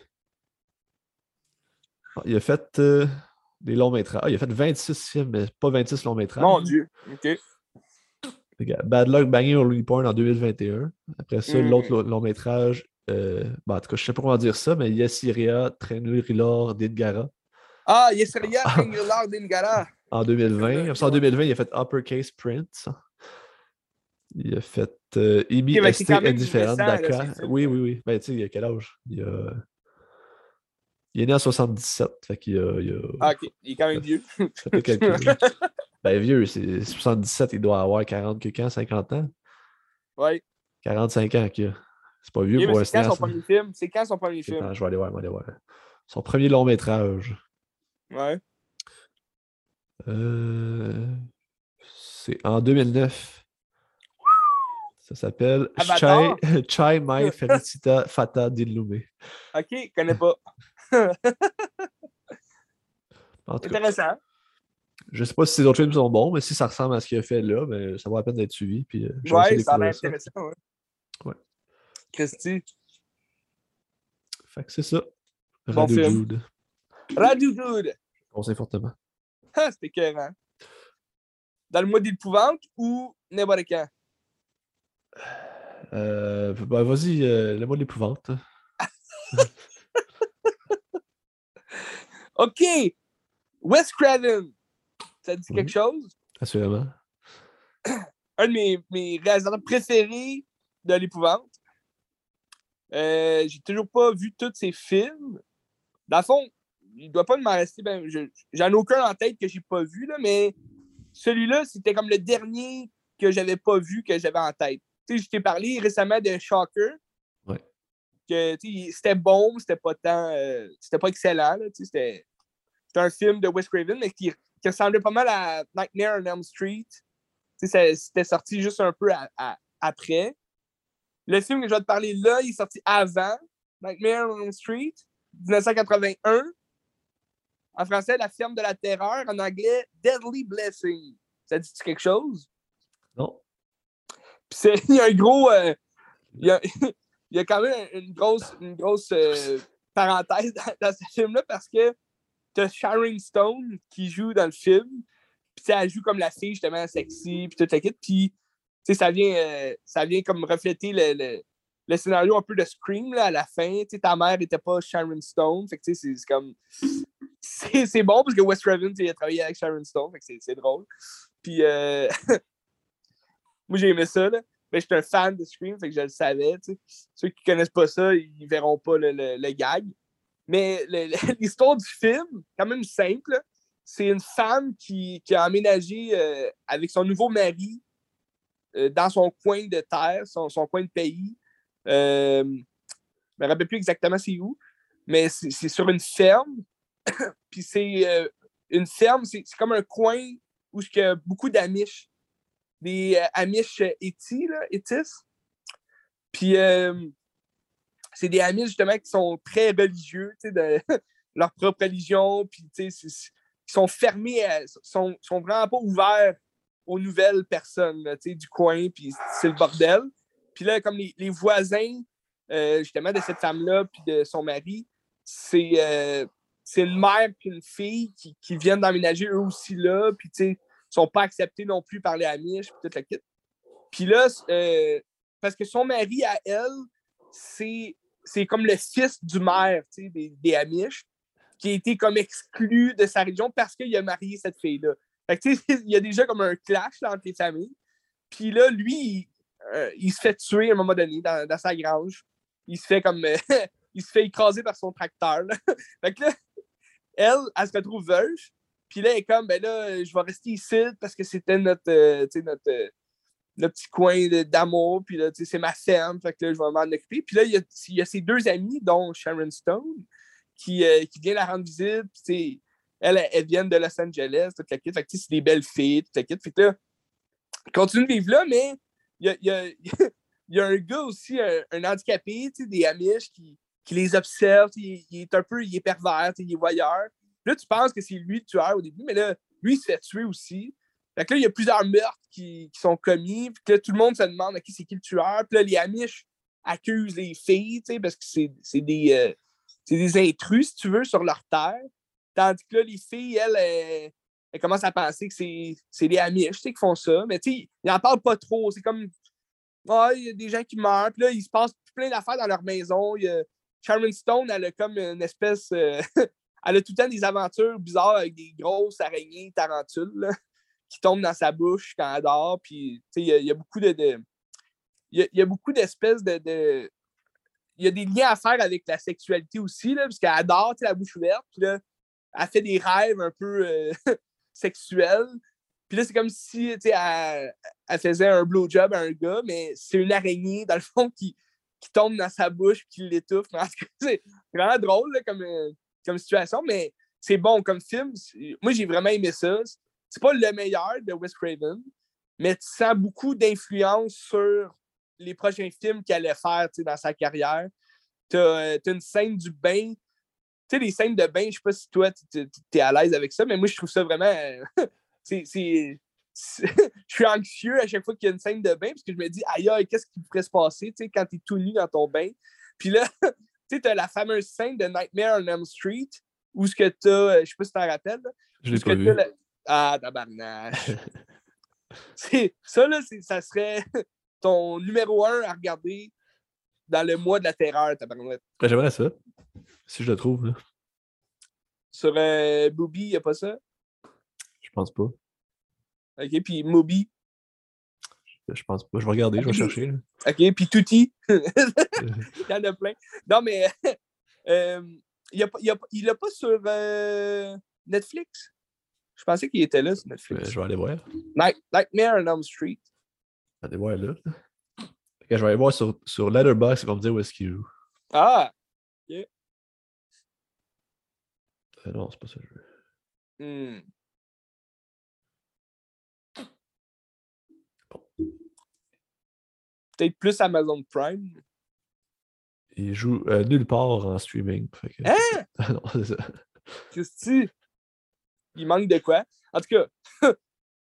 Ah, il a fait euh, des longs métrages. Ah, il a fait vingt-six films, mais pas vingt-six longs métrages. Mon Dieu. OK. Regarde, Bad Luck Banging Only Porn en deux mille vingt et un. Après ça, Mm. l'autre lo- long métrage, euh, ben, en tout cas, je sais pas comment dire ça, mais Yassiria, Trenurilar, Didgara Ah, Yesria Tringular Dingala. en deux mille vingt. Après ça, en deux mille vingt, il a fait Uppercase Prince. Il a fait euh, Imi Ok, ben, c'est S T quand même Indifférent récent, là, Daka. ces films. Oui, oui, oui. Ben, tu sais, il a quel âge? Il, a... il est né en soixante-dix-sept. Fait qu'il a, il a... Ah, OK. Il est quand même vieux. Faites le calcul. Ben, vieux, c'est soixante-dix-sept, il doit avoir quarante que quand, cinquante ans? Ouais. quarante-cinq ans qu'il a. C'est pas Ok, vieux mais pour un c'est quand son cinéaste. premier film? C'est quand son premier film? Attends, je vais aller voir, je vais aller voir. Son premier long métrage. Ouais. Euh... C'est en deux mille neuf. Ça s'appelle Chai, Avatar? Chai Mai Felicita Fata Dilume. OK, je connais pas. En tout cas, Intéressant. je sais pas si ces autres films sont bons, mais si ça ressemble à ce qu'il a fait là, ben, ça vaut la peine d'être suivi. Puis euh, je vais essayer Ouais, de ça a l'air découvrir ça. intéressant. Ouais. Ouais. Christy, Fait que c'est ça. bon Radu film. Jude. Radio Good. Conseille fortement. Ah, c'était écœurant. Dans le mois d'épouvante ou n'importe quand? Euh, ben, vas-y, euh, le mot de l'épouvante. OK. Wes Craven. Ça te dit Oui. quelque chose? Assurément. Un de mes, mes réalisateurs préférés de l'épouvante. Euh, j'ai toujours pas vu tous ses films. Dans le fond, il doit pas m'en rester. Ben, je, j'en ai aucun en tête que j'ai pas vu, là, mais celui-là, c'était comme le dernier que j'avais pas vu, que j'avais en tête. Tu sais, je t'ai parlé récemment de Shocker. Ouais. Que, c'était bon, c'était pas tant. Euh, c'était pas excellent. Là, c'était, c'était un film de Wes Craven, mais qui, qui ressemblait pas mal à Nightmare on Elm Street. Ça, c'était sorti juste un peu à, à, après. Le film que je vais te parler là, il est sorti avant Nightmare on Elm Street, dix-neuf cent quatre-vingt-un. En français, La ferme de la terreur. En anglais, Deadly Blessing. Ça dit-tu quelque chose? Non. Puis c'est, il y a un gros. Euh, il, y a, il y a quand même une grosse, une grosse euh, parenthèse dans, dans ce film-là parce que t'as Sharon Stone qui joue dans le film. Puis elle joue comme la fille, justement, sexy, puis toute la kit. Puis ça vient, euh, ça vient comme refléter le, le, le scénario un peu de Scream là, à la fin. T'sais, ta mère n'était pas Sharon Stone. Fait que c'est, c'est comme. C'est, c'est bon parce que Wes Craven il a travaillé avec Sharon Stone. Fait que c'est, c'est drôle. Puis euh... moi, j'ai aimé ça. Là. Mais j'étais un fan de Scream, fait que je le savais. T'sais. Ceux qui connaissent pas ça, ils verront pas le, le, le gag. Mais le, le, l'histoire du film, quand même simple. Là. C'est une femme qui, qui a aménagé euh, avec son nouveau mari euh, dans son coin de terre, son, son coin de pays. Euh, je me rappelle plus exactement c'est où, mais c'est, c'est sur une ferme. Puis c'est euh, une ferme, c'est, c'est comme un coin où il y a beaucoup d'Amish. Des euh, Amish Étis, là, Étis. Puis euh, c'est des Amish justement qui sont très religieux, tu sais, de leur propre religion, puis tu sais, qui sont fermés, à, sont, sont vraiment pas ouverts aux nouvelles personnes, là, tu sais, du coin, puis c'est le bordel. Puis là, comme les, les voisins, euh, justement, de cette femme-là, puis de son mari, c'est, euh, c'est une mère puis une fille qui, qui viennent d'emménager eux aussi là, puis tu sais, sont pas acceptés non plus par les Amish, puis toute la kit. Puis là, euh, parce que son mari à elle, c'est, c'est comme le fils du maire, tu sais, des, des Amish, qui a été comme exclu de sa région parce qu'il a marié cette fille-là. Fait que tu sais, il y a déjà comme un clash là, entre les familles. Puis là, lui, il, euh, il se fait tuer à un moment donné dans, dans sa grange. Il se fait comme... Euh, il se fait écraser par son tracteur. Là. Fait que là, elle, elle se retrouve veuve. Puis là, elle est comme, ben là, je vais rester ici parce que c'était notre, euh, notre, euh, notre petit coin de, d'amour. Puis là, c'est ma ferme. Fait que là, je vais m'en occuper. Puis là, il y a, il y a ses deux amis, dont Sharon Stone, qui, euh, qui vient la rendre visite. Puis, elle, elle vient de Los Angeles, toute la kit. Fait que c'est des belles filles, toute la kit. Fait que là, ils continuent de vivre là, mais il y a, il y a, il y a un gars aussi, un, un handicapé, des Amish, qui, qui les observe. Il, il est un peu, il est pervers, il est voyeur. Là, tu penses que c'est lui le tueur au début, mais là, lui, il se fait tuer aussi. Fait que là, il y a plusieurs meurtres qui, qui sont commis. Puis que là, tout le monde se demande okay, c'est qui le tueur. Puis là, les Amish accusent les filles, parce que c'est, c'est, des, euh, c'est des intrus, si tu veux, sur leur terre. Tandis que là, les filles, elles, elles, elles commencent à penser que c'est, c'est les Amish qui font ça. Mais tu sais, ils n'en parlent pas trop. C'est comme, ah, il y a des gens qui meurent. Puis là, il se passe plein d'affaires dans leur maison. Il y a Sharon Stone, elle a comme une espèce... Euh, elle a tout le temps des aventures bizarres avec des grosses araignées tarentules là, qui tombent dans sa bouche quand elle dort. Puis, il y, y a beaucoup de... de il y, y a beaucoup d'espèces de... de il y a des liens à faire avec la sexualité aussi, là, parce qu'elle adore la bouche ouverte. Puis là, elle fait des rêves un peu euh, sexuels. Puis là, c'est comme si elle, elle faisait un blowjob à un gars, mais c'est une araignée, dans le fond, qui, qui tombe dans sa bouche et qui l'étouffe. C'est vraiment drôle là, comme, comme situation, mais c'est bon comme film. Moi, j'ai vraiment aimé ça. C'est pas le meilleur de Wes Craven, mais tu sens beaucoup d'influence sur les prochains films qu'il allait faire dans sa carrière. Tu as une scène du bain. Tu sais, les scènes de bain, je sais pas si toi, tu es à l'aise avec ça, mais moi, je trouve ça vraiment... c'est, c'est, c'est... je suis anxieux à chaque fois qu'il y a une scène de bain, parce que je me dis, aïe, aïe, qu'est-ce qui pourrait se passer quand tu es tout nu dans ton bain? Puis là, tu as la fameuse scène de Nightmare on Elm Street, où ce que tu as... Je sais pas si tu t'en rappelles. Là, je l'ai pas vu. La... Ah, tabarnache! c'est, ça, là, c'est, ça serait ton numéro un à regarder dans le mois de la terreur, tabarnache. J'aimerais ça, si je le trouve. Là. Sur euh, Booby, il n'y a pas ça? Je pense pas. OK, puis Moby? Je pense pas. Je vais regarder, je vais chercher. Là. OK, puis Tutti? Il y en a plein. Non, mais euh, il l'a pas sur euh, Netflix? Je pensais qu'il était là sur Netflix. Euh, je vais aller voir. Night, Nightmare on Elm Street. Je vais aller voir là. Okay, je vais aller voir sur, sur Letterboxd, ils vont me dire où est-ce qu'il joue. Ah! OK. Euh, non, c'est pas ça que je veux. Hmm. Bon. Peut-être plus Amazon Prime. Il joue euh, nulle part en streaming. Fait que, hein? C'est non, c'est ça. Christy, il manque de quoi? En tout cas,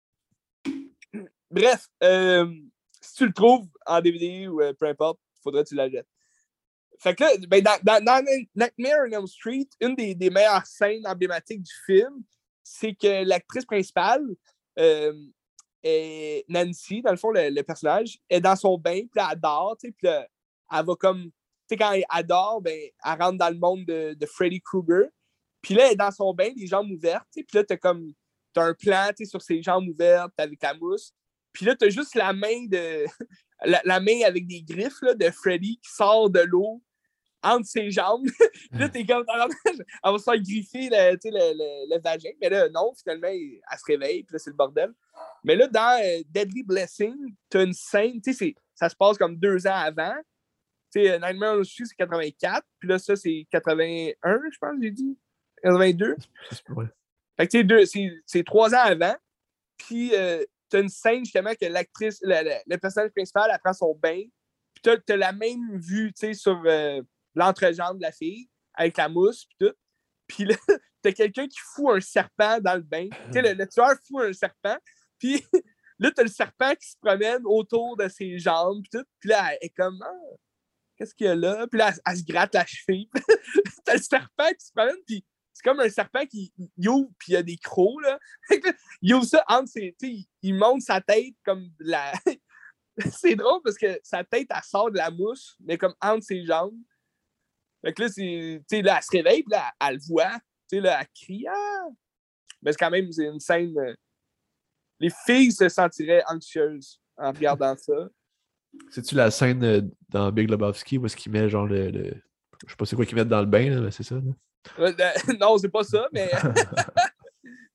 bref, euh, si tu le trouves en D V D ou euh, peu importe, il faudrait que tu la jettes. Fait que là, ben, dans, dans, dans Nightmare on Elm Street, une des, des meilleures scènes emblématiques du film, c'est que l'actrice principale, euh, est Nancy, dans le fond, le, le personnage, est dans son bain, puis elle dort, puis là, elle va comme, tu sais, quand elle dort, ben, elle rentre dans le monde de, de Freddy Krueger, puis là, elle est dans son bain, les jambes ouvertes, puis là, t'as comme, t'as un plan, tu sais, sur ses jambes ouvertes avec la mousse, puis là, t'as juste la main de, la, la main avec des griffes, là, de Freddy qui sort de l'eau entre ses jambes. Là, t'es comme, elle va se faire griffer le, le, le, le vagin. Mais là, non, finalement, elle se réveille, puis là, c'est le bordel. Mais là, dans euh, Deadly Blessing, t'as une scène, tu sais, ça se passe comme deux ans avant. Tu sais, Nightmare on Elm Street, c'est quatre-vingt-quatre, puis là, ça, c'est quatre-vingt-un, je pense, j'ai dit. quatre-vingt-deux. Ouais. Fait que, tu sais, c'est, c'est trois ans avant. Puis, euh, t'as une scène, justement, que l'actrice, le, le, le personnage principal, elle prend son bain. Puis, t'as, t'as la même vue, tu sais, sur... Euh, l'entrejambe de la fille, avec la mousse, puis tout. Puis là, t'as quelqu'un qui fout un serpent dans le bain. Tu sais, le, le tueur fout un serpent, puis là, t'as le serpent qui se promène autour de ses jambes, puis tout. Puis là, elle est comme, ah, qu'est-ce qu'il y a là? Puis là, elle, elle se gratte la cheville. T'as le serpent qui se promène, puis c'est comme un serpent qui il ouvre, puis il y a des crocs, là. Il ouvre ça entre ses... Tu sais, il, il monte sa tête comme de la... C'est drôle, parce que sa tête, elle sort de la mousse, mais comme entre ses jambes. Fait que là, c'est, tu sais, là, elle se réveille, puis là, elle le voit. Tu sais, là, elle crie. Ah! Mais c'est quand même, c'est une scène. Euh... Les filles se sentiraient anxieuses en regardant ça. C'est-tu la scène euh, dans Big Lebowski où est-ce qu'il met genre le, le. Je sais pas c'est quoi qu'ils mettent dans le bain, là, mais c'est ça. Là. Euh, non, c'est pas ça, mais.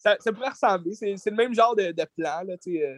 ça, ça pourrait ressembler. C'est, c'est le même genre de, de plan, là, tu sais, euh,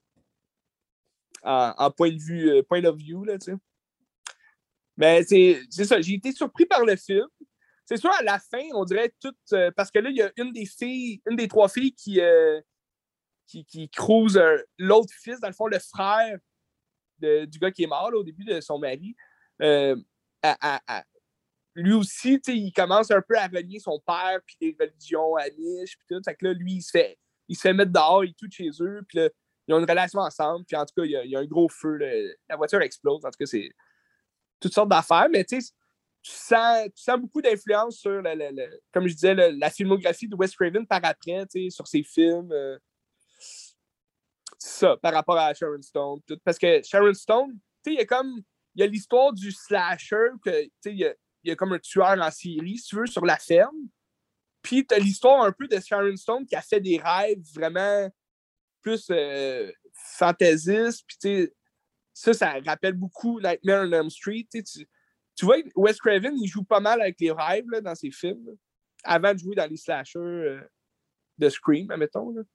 en, en point de vue, euh, point of view, là, tu sais. Mais c'est, c'est ça, j'ai été surpris par le film. C'est sûr, à la fin, on dirait tout... Euh, parce que là, il y a une des filles, une des trois filles qui, euh, qui, qui crouse euh, l'autre fils, dans le fond, le frère de, du gars qui est mort là, au début de son mari. Euh, à, à, à, lui aussi, il commence un peu à renier son père, puis les religions amish, puis tout. Fait que là, lui, il se fait, il se fait mettre dehors et tout chez eux, puis là, ils ont une relation ensemble, puis en tout cas, il y a, il y a un gros feu. Là, la voiture explose. En tout cas, c'est toutes sortes d'affaires, mais tu sais, tu sens, tu sens beaucoup d'influence sur, le, le, le, comme je disais, le, la filmographie de Wes Craven par après, sur ses films. Euh, ça, par rapport à Sharon Stone. Tout. Parce que Sharon Stone, tu sais, il y a comme, il y a l'histoire du slasher, que, tu sais, il y a, il y a comme un tueur en série, si tu veux, sur la ferme. Puis tu as l'histoire un peu de Sharon Stone qui a fait des rêves vraiment plus euh, fantaisistes. Puis tu sais, ça, ça rappelle beaucoup Nightmare on Elm Street. Tu, tu vois, Wes Craven, il joue pas mal avec les rêves là, dans ses films, là, avant de jouer dans les slashers euh, de Scream, admettons. Là.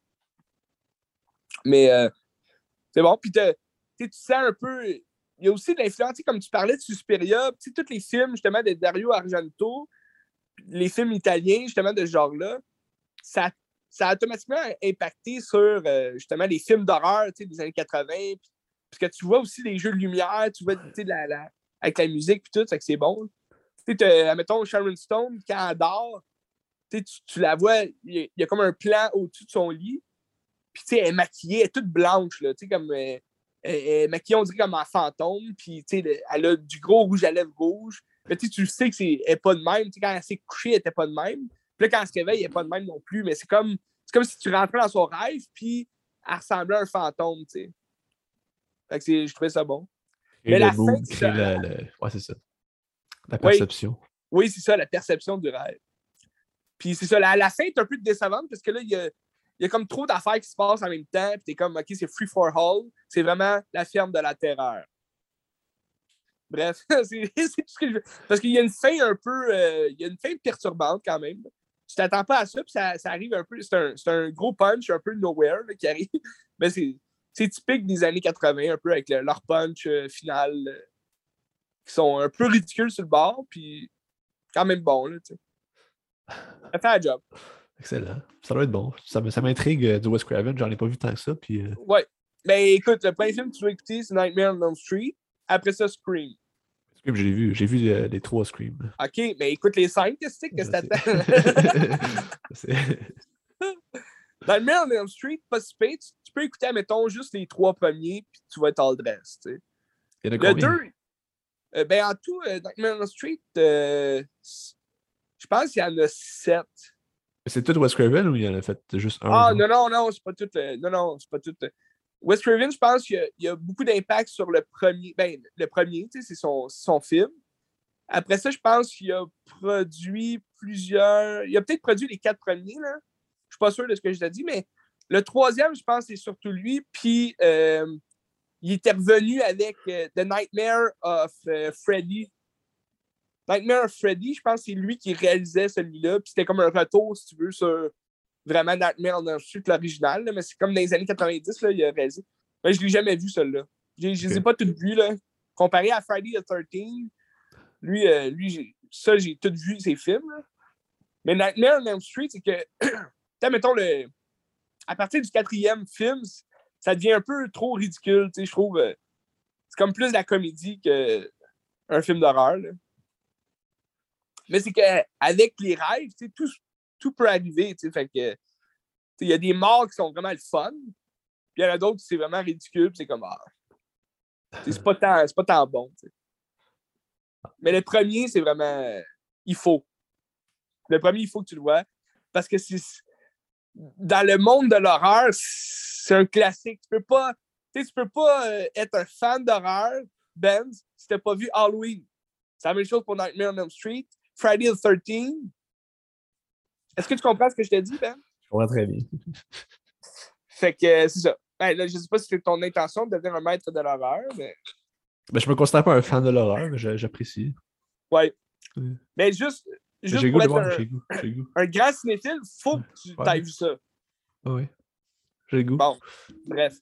Mais euh, c'est bon. Puis tu sens un peu... Il y a aussi de l'influence, comme tu parlais de Suspiria, tous les films, justement, de Dario Argento, les films italiens, justement, de ce genre-là, ça, ça a automatiquement impacté sur, euh, justement, les films d'horreur des années quatre-vingts. Parce que tu vois aussi les jeux de lumière, tu vois, la, la, avec la musique, puis tout, ça que c'est bon. Tu sais, admettons, Sharon Stone, quand elle dort, tu, tu la vois, il y, y a comme un plan au-dessus de son lit, puis tu sais, elle est maquillée, elle est toute blanche, là, tu sais, comme... Euh, elle est maquillée, on dirait comme un fantôme, puis tu sais, elle a du gros rouge à lèvres rouge. Mais tu sais que c'est elle est pas de même. T'sais, quand elle s'est couchée, elle était pas de même. Puis là, quand elle se réveille, elle n'est pas de même non plus. Mais c'est comme, c'est comme si tu rentrais dans son rêve, puis elle ressemblait à un fantôme, tu sais. Fait que c'est, je trouvais ça bon. Et mais le la mood, fin, c'est créer la... le, le... Ouais, c'est ça. La Oui, perception. oui, c'est ça, la perception du rêve. Puis c'est ça, la, la fin est un peu décevante parce que là, il y a, il y a comme trop d'affaires qui se passent en même temps. Puis t'es comme, OK, c'est free for all. C'est vraiment la ferme de la terreur. Bref, c'est, c'est tout ce que je veux. Parce qu'il y a une fin un peu... Euh, il y a une fin perturbante quand même. Tu t'attends pas à ça, puis ça, ça arrive un peu... C'est un, c'est un gros punch un peu nowhere là, qui arrive. Mais c'est, c'est typique des années quatre-vingts, un peu avec le, leur punch euh, final euh, qui sont un peu ridicules sur le bord, puis quand même bon, là, tu sais. Ça fait un job. Excellent. Ça doit être bon. Ça, ça m'intrigue euh, du Wes Craven. J'en ai pas vu tant que ça. Puis, euh... Ouais. Mais écoute, le premier film que tu dois écouter, c'est Nightmare on Elm Street. Après ça, Scream. Scream, j'ai vu. J'ai vu euh, les trois Scream. OK, mais écoute les cinq, qu'est-ce que tu t'attends? Nightmare on Elm Street, pas si pire, tu, tu peux écouter, admettons, juste les trois premiers, puis tu vas être all dress, tu sais. Il y en a le combien? deux, euh, ben en tout, euh, Nightmare on Elm Street, euh, je pense qu'il y en a sept. C'est tout Wes Craven ou il y en a fait juste un? Ah, genre? non, non, non, c'est pas tout. Le, non, non, c'est pas tout. Le, Wes Craven, je pense qu'il y a, il y a beaucoup d'impact sur le premier. Ben, le premier, tu sais, c'est son, son film. Après ça, je pense qu'il a produit plusieurs. Il a peut-être produit les quatre premiers, là. Je suis pas sûr de ce que je t'ai dit, mais le troisième, je pense, c'est surtout lui. Puis, euh, il était revenu avec euh, The Nightmare of euh, Freddy. Nightmare of Freddy, je pense que c'est lui qui réalisait celui-là. Puis c'était comme un retour, si tu veux, sur vraiment Nightmare on Elm Street, l'original. Là, mais c'est comme dans les années quatre-vingt-dix, là, il a réalisé. Mais je ne l'ai jamais vu, celui-là. Je ne les ai Okay. pas toutes vues. Là. Comparé à Friday the thirteenth, lui, euh, lui j'ai, ça, j'ai tout vu ses films. Là. Mais Nightmare on Elm Street, c'est que, mettons, le, à partir du quatrième film, ça devient un peu trop ridicule. Je trouve. Euh, c'est comme plus de la comédie qu'un film d'horreur. Là. Mais c'est qu'avec les rêves, tout, tout peut arriver. Fait que il y a des morts qui sont vraiment le fun. Puis il y en a d'autres qui c'est vraiment ridicule. C'est comme ah, c'est pas tant, c'est pas tant bon. T'sais. Mais le premier, c'est vraiment. Il faut. Le premier, il faut que tu le vois. Parce que c'est. Dans le monde de l'horreur, c'est un classique. Tu peux pas. Tu peux pas euh, être un fan d'horreur, Ben, si t'as pas vu Halloween. C'est la même chose pour Nightmare on Elm Street. Friday the thirteenth. Est-ce que tu comprends ce que je t'ai dit, Ben? Je comprends très bien. Fait que euh, c'est ça. Ben, là, je sais pas si c'est ton intention de devenir un maître de l'horreur, mais. Ben, je me considère pas un fan de l'horreur, mais j'apprécie. Ouais. ouais. Mais juste, juste j'ai pour goût être de voir, un, j'ai goût, j'ai goût. un grand cinéphile, faut que tu ouais. t'ailles vu ça. Ah oui. J'ai le goût. Bon, bref.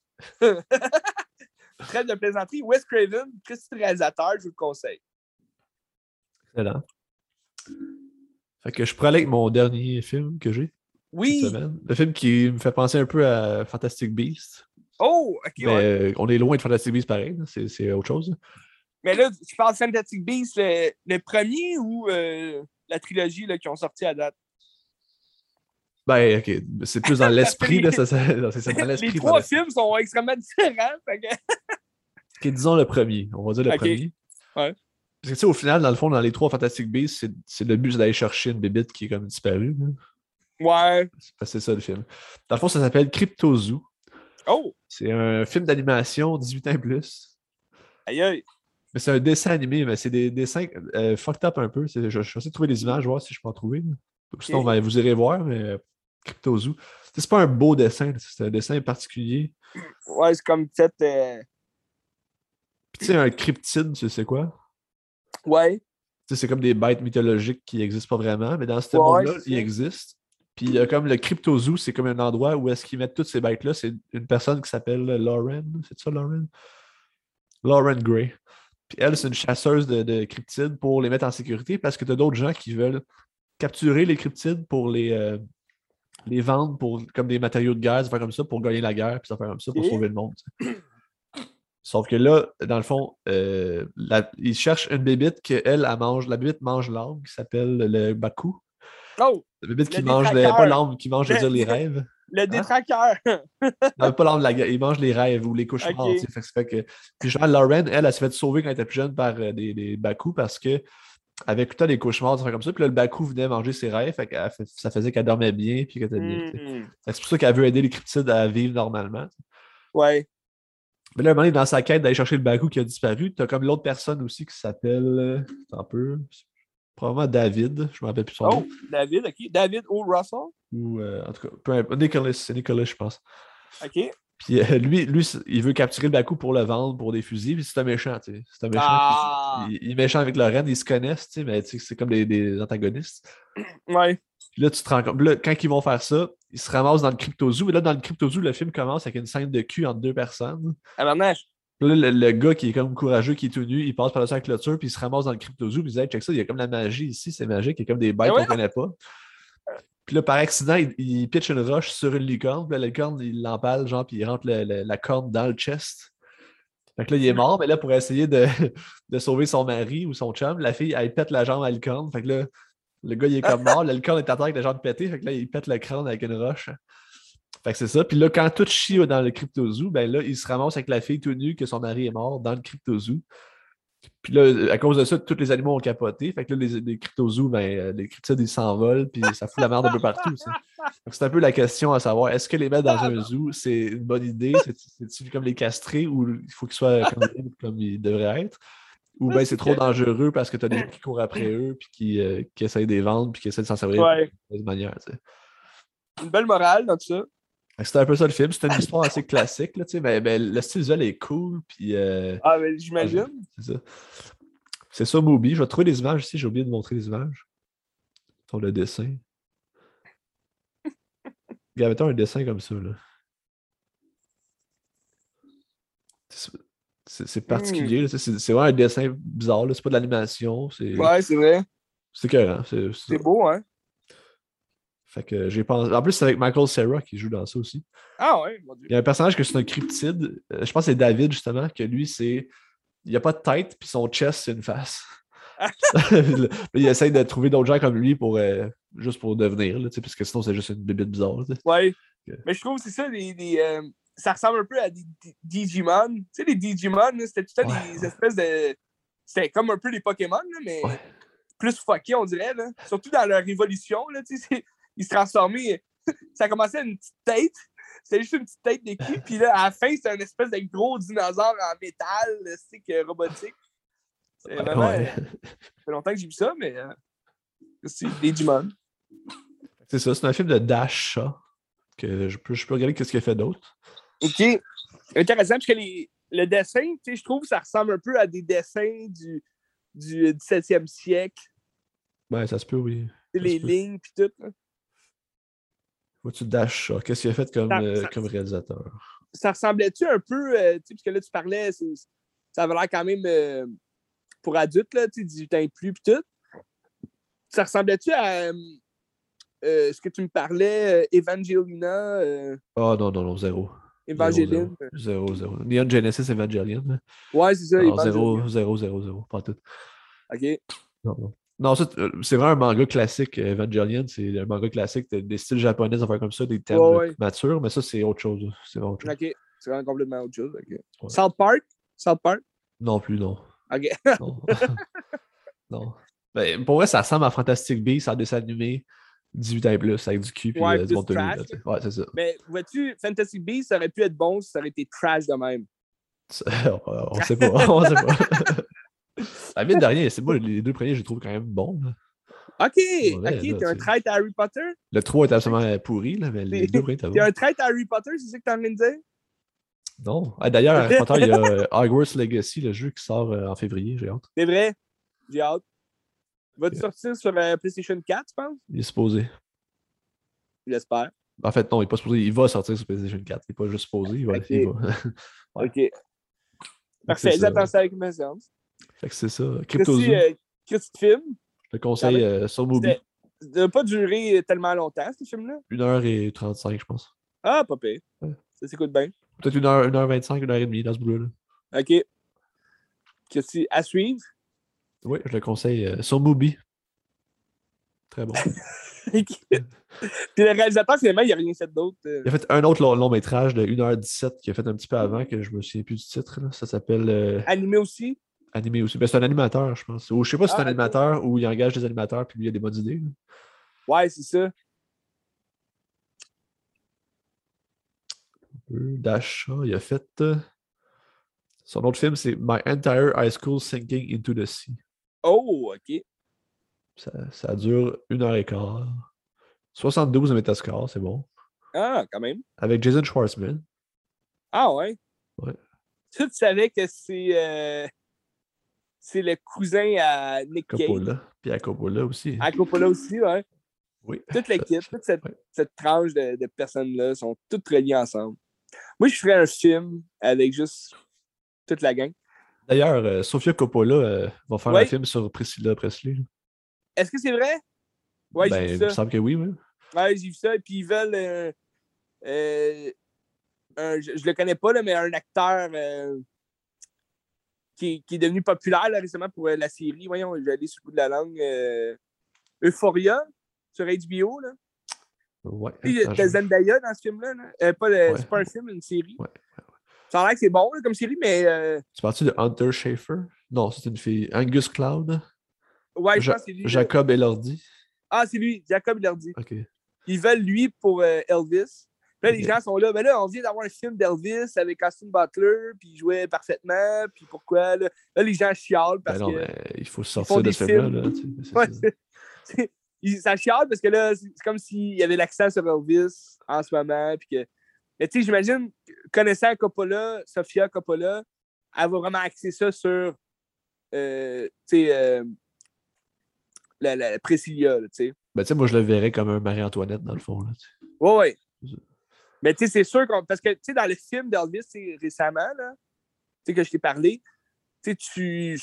Trêve de plaisanterie. Wes Craven, Christy réalisateur, je vous le conseille. Excellent. Fait que je pourrais aller avec mon dernier film que j'ai Oui! cette semaine. Le film qui me fait penser un peu à Fantastic Beasts. Oh! OK, Mais ouais. euh, on est loin de Fantastic Beasts pareil. C'est, c'est autre chose. Mais là, tu parles de Fantastic Beasts, le, le premier ou euh, la trilogie là, qui ont sorti à date? Ben, ok. C'est plus dans l'esprit, là. Ça, ça, c'est ça, dans l'esprit. Les trois films sont extrêmement différents. Fait que... Ok, disons le premier. On va dire le OK. premier. Ouais. Parce que, tu sais, au final, dans le fond, dans les trois Fantastic Beasts, c'est, c'est le but c'est d'aller chercher une bébite qui est comme disparue. Là. Ouais. C'est, c'est ça le film. Dans le fond, ça s'appelle Cryptozoo. Oh! C'est un film d'animation dix-huit ans et plus. Aïe aïe. Mais c'est un dessin animé, mais c'est des dessins euh, fucked up un peu. C'est, je, je vais essayer de trouver des images, voir si je peux en trouver. Là. Sinon, Okay. ben, vous irez voir, mais euh, Cryptozoo. C'est pas un beau dessin, c'est un dessin particulier. Ouais, c'est comme peut-être. Euh... Puis tu sais, un cryptide, tu sais quoi? Ouais. Tu sais, c'est comme des bêtes mythologiques qui n'existent pas vraiment, mais dans ce Ouais, monde-là, c'est ils ça. existent. Puis il y a comme le Cryptozoo, c'est comme un endroit où est-ce qu'ils mettent toutes ces bêtes-là. C'est une personne qui s'appelle Lauren. C'est ça, Lauren? Lauren Gray. Puis elle, c'est une chasseuse de, de cryptides pour les mettre en sécurité parce que tu as d'autres gens qui veulent capturer les cryptides pour les, euh, les vendre pour, comme des matériaux de guerre, ça faire comme ça, pour gagner la guerre, puis ça faire comme ça, pour Okay. sauver le monde. T'sais. Sauf que là, dans le fond, euh, la, ils cherchent une bébite qu'elle, elle mange. La bébite mange l'âme qui s'appelle le Baku. Oh! La bébite Le qui mange les. Pas détraqueur. l'âme, qui mange, je veux Le, dire, les rêves. le Hein? détraqueur. Non, pas l'âme, la... il mange les rêves ou les cauchemars. OK. Fait que ça fait que... Puis genre, Lauren, elle, elle s'est fait sauver quand elle était plus jeune par euh, des, des Baku parce que avec tout le temps des cauchemars, des affaires comme ça. Puis là, le Baku venait manger ses rêves. Fait qu'elle fait- ça faisait qu'elle dormait bien puis qu'elle était bien. t'sais. Mm. Fait que C'est pour ça qu'elle veut aider les cryptides à vivre normalement. t'sais. Ouais. Mais là, à un moment donné, dans sa quête d'aller chercher le Baku qui a disparu, t'as comme l'autre personne aussi qui s'appelle. euh, Un peu. Probablement David. Je me rappelle plus son nom. Oh, David, OK. David O. Russell. Ou euh, en tout cas, peu importe. Nicholas, c'est Nicholas, je pense. OK. Puis euh, lui, lui, il veut capturer le Baku pour le vendre pour des fusils. Puis c'est un méchant, tu sais. C'est un méchant. Qui, Ah! il, il est méchant avec Lorraine, ils se connaissent, tu sais, mais tu sais, c'est comme des, des antagonistes. Ouais. Puis là, tu te rends compte. Là, quand ils vont faire ça, ils se ramassent dans le Cryptozoo. Et là, dans le Cryptozoo, le film commence avec une scène de cul entre deux personnes. Avernache. Puis là, le, le gars qui est comme courageux, qui est tout nu, il passe par-dessus la clôture, puis il se ramasse dans le Cryptozoo. Puis il dit, hey, check ça, il y a comme la magie ici, c'est magique, il y a comme des bêtes Eh qu'on ouais. connaît pas. Puis là, par accident, il, il pitch une roche sur une licorne. Puis là, la licorne, il l'empale, genre, puis il rentre le- le- la corne dans le chest. Fait que là, il est mort, mais là, pour essayer de, de sauver son mari ou son chum, la fille, elle pète la jambe à la licorne. Fait que là, le gars, il est comme mort. La licorne est à terre avec la jambe pétée. Fait que là, il pète le crâne avec une roche. Fait que c'est ça. Puis là, quand tout chie dans le Cryptozoo, ben là, il se ramasse avec la fille tout nue que son mari est mort dans le Cryptozoo. Puis là, à cause de ça, tous les animaux ont capoté. Fait que là, les, les cryptozoos, ben, les cryptides, ils s'envolent, puis ça fout la merde un peu partout. Ça. Donc, c'est un peu la question à savoir, est-ce que les mettre dans un zoo, c'est une bonne idée? C'est-tu comme les castrer ou il faut qu'ils soient comme, comme ils devraient être? Ou bien c'est trop dangereux parce que tu as des gens qui courent après eux, puis qui, euh, qui essayent de les vendre, puis qui essaient de s'en servir Ouais. de cette manière. Tu sais. Une belle morale dans tout ça. C'était un peu ça le film. C'était une histoire assez classique, là, tu sais, mais, mais le style visuel est cool, puis... Euh, Ah, ben, j'imagine. ah, c'est ça. C'est ça, Moby. Je vais trouver des images ici. J'ai oublié de montrer les images. Sur le dessin. Regarde, mettons un dessin comme ça. Là. C'est, c'est, c'est particulier. Mm. Là. C'est, c'est vraiment un dessin bizarre. Là. C'est pas de l'animation. C'est, Ouais, c'est vrai. c'est écœurant. C'est, c'est, C'est beau, hein? Fait que j'ai pensé. En plus, c'est avec Michael Cera qui joue dans ça aussi. Ah ouais, mon Dieu. Il y a un personnage que c'est un cryptide. Euh, Je pense que c'est David, justement, que lui, c'est. Il n'y a pas de tête, puis son chest, c'est une face. Il essaye de trouver d'autres gens comme lui pour euh, juste pour devenir, là, parce que sinon c'est juste une bébête bizarre. T'sais. Ouais. Okay. Mais je trouve que c'est ça, les, les, euh, ça ressemble un peu à des D- Digimon. Tu sais, les Digimon, là, c'était tout le temps Ouais, des ouais. espèces de. C'était comme un peu les Pokémon, là, mais Ouais. plus fuckés, on dirait. Là. Surtout dans leur évolution. Là, tu sais, ils se transformaient. Ça commençait à une petite tête. C'était juste une petite tête de cul. Puis là, à la fin, c'était une espèce de gros dinosaure en métal, là, c'est que robotique. C'est Ouais, vraiment. ouais. Euh, ça fait longtemps que j'ai vu ça, mais euh, c'est des Digimon. C'est ça, c'est un film de Dash Shaw. Que je peux, je peux regarder qu'est-ce qu'il a fait d'autre. OK. Intéressant, parce que les, le dessin, tu sais, je trouve que ça ressemble un peu à des dessins du, du dix-septième siècle. Ouais, ça se peut, oui. Ça Les se peut. lignes, puis tout. Là. Vois-tu Dash, ça? Qu'est-ce qu'il a fait comme, Ça, euh, ça, comme réalisateur? ça ressemblait-tu un peu, euh, tu sais, parce que là, tu parlais, c'est, ça avait l'air quand même euh, pour adultes, là, tu sais, dix-huit ans et plus, puis tout. Ça ressemblait-tu à euh, ce que tu me parlais, euh, Evangelina, euh, Ah non, non, non, zéro. Zéro, zéro. Evangeline? Zéro, zéro. Neon Genesis Evangelion. Là. Ouais, c'est ça, Non, zéro, Evangeline. zéro, zéro, zéro. Pas tout. OK. Non, non. Non, ça, euh, c'est vraiment un manga classique, euh, Evangelion. C'est un manga classique, de- des styles japonais, des affaires comme ça, des thèmes Ouais, euh, ouais. matures, mais ça, c'est autre chose. là. C'est vraiment autre chose. OK. C'est vraiment complètement autre chose. OK. Ouais. South Park? South Park? Non plus, non. OK. Non. non. Ben, pour vrai, ça ressemble à Fantastic Beasts, en dessin animé, dix-huit ans et plus, avec du cul puis Ouais, euh, du plus monde tenu. trash. Là, tu sais. Ouais, c'est ça. Mais vois-tu, Fantasy Beasts, ça aurait pu être bon si ça aurait été trash de même. on sait pas. On sait pas. La mine de rien, c'est moi, les deux premiers, je les trouve quand même bons. Là. OK, Mauvais, OK, là, t'es un tu sais. traître à Harry Potter? Le trois est absolument pourri, là, mais les deux T'es premiers, t'as t'es bon. un traître à Harry Potter, c'est ça que t'es en train de dire? Non. Ah, d'ailleurs, Harry Potter, il y a euh, Hogwarts Legacy, le jeu qui sort euh, en février, j'ai hâte. C'est vrai, j'ai hâte. Va-tu Yeah. sortir sur euh, PlayStation quatre, tu penses? Il est supposé. J'espère. En fait, non, il est pas supposé. Il va sortir sur PlayStation quatre. Il est pas juste supposé, il va. Il OK, va. ouais. OK. Fait que c'est Parfait, ça. j'attends ça avec impatience. Fait que c'est ça. Christy, CryptoZoo, euh, Christy de film, je te quand conseille même. euh, sur Mubi. C'était- Ça n'a pas duré tellement longtemps, ce film-là. une heure trente-cinq, je pense. Ah, pas pire. Ouais. Ça s'écoute bien. Peut-être une heure, une heure vingt-cinq, une heure trente dans ce boulot-là. OK. Christy, à suivre. Oui, je le conseille euh, sur Mubi. Très bon. Puis le réalisateur, finalement, il n'a rien fait d'autre. euh. Il a fait un autre long, long métrage de une heure dix-sept qu'il a fait un petit peu avant, que je me souviens plus du titre. Là. Ça s'appelle euh, Animé aussi. Animé aussi. Ben, c'est un animateur, je pense. Ou je sais pas si c'est Ah, un OK. animateur ou il engage des animateurs puis lui il a des bonnes idées. là. Ouais, c'est ça. Euh, Dash, ah, il a fait. euh, Son autre film, c'est My Entire High School Sinking into the Sea. Oh, OK. Ça, ça dure une heure et quart. soixante-douze de Metascore, c'est bon. Ah, quand même. Avec Jason Schwartzman. Ah, ouais. Ouais. Tu savais que c'est euh, c'est le cousin à Nick Cage. Coppola. Puis à Coppola aussi. À Coppola aussi, ouais. Oui. Toute l'équipe, toute cette, Ouais. cette tranche de, de personnes-là sont toutes reliées ensemble. Moi, je ferais un film avec juste toute la gang. D'ailleurs, euh, Sofia Coppola euh, va faire Ouais. un film sur Priscilla Presley. là. Est-ce que c'est vrai? Ouais, j'ai Ben, vu il me ça. semble que oui, oui. Ouais, j'ai vu ça. Et puis ils veulent. euh, euh, un- je, je le connais pas, là, mais un acteur euh, qui, qui est devenu populaire là, récemment pour euh, la série. Voyons, je vais aller sur le bout de la langue. euh, Euphoria sur H B O. Là. Ouais. Puis Attends, t'as je- Zendaya dans ce film-là. Là. Euh, pas le- Ouais. C'est pas un film, une série. Ouais. Ça a l'air que c'est bon là, comme série, mais euh, Tu parles-tu de Hunter Schafer? Non, c'est une fille. Angus Cloud? ouais, je Ja- pense que c'est lui. là. Jacob Elordi? Ah, c'est lui, Jacob Elordi. Ok. Ils veulent lui pour euh, Elvis. Puis là, les Ok. gens sont là, mais là, on vient d'avoir un film d'Elvis avec Austin Butler, puis il jouait parfaitement, puis pourquoi, là? Là, les gens chialent parce Ben non, que... mais il faut font sortir de des ce film-là. films. Là, tu sais, c'est Ouais, ça. c'est- c'est- ils- ça chiale parce que là, c'est c'est comme s'il y avait l'accent sur Elvis en ce moment, puis que... Mais tu sais, j'imagine, connaissant Coppola, Sofia Coppola, elle va vraiment axer ça sur, euh, tu sais, euh, la, la Priscilla, là, tu sais. Ben, tu sais, moi, je le verrais comme un Marie-Antoinette, dans le fond. Là, tu sais. Ouais, ouais. C'est ça. Mais tu sais, c'est sûr qu'on. Parce que tu sais, dans le film d'Elvis, c'est récemment, là, tu sais, que je t'ai parlé, tu sais, tu.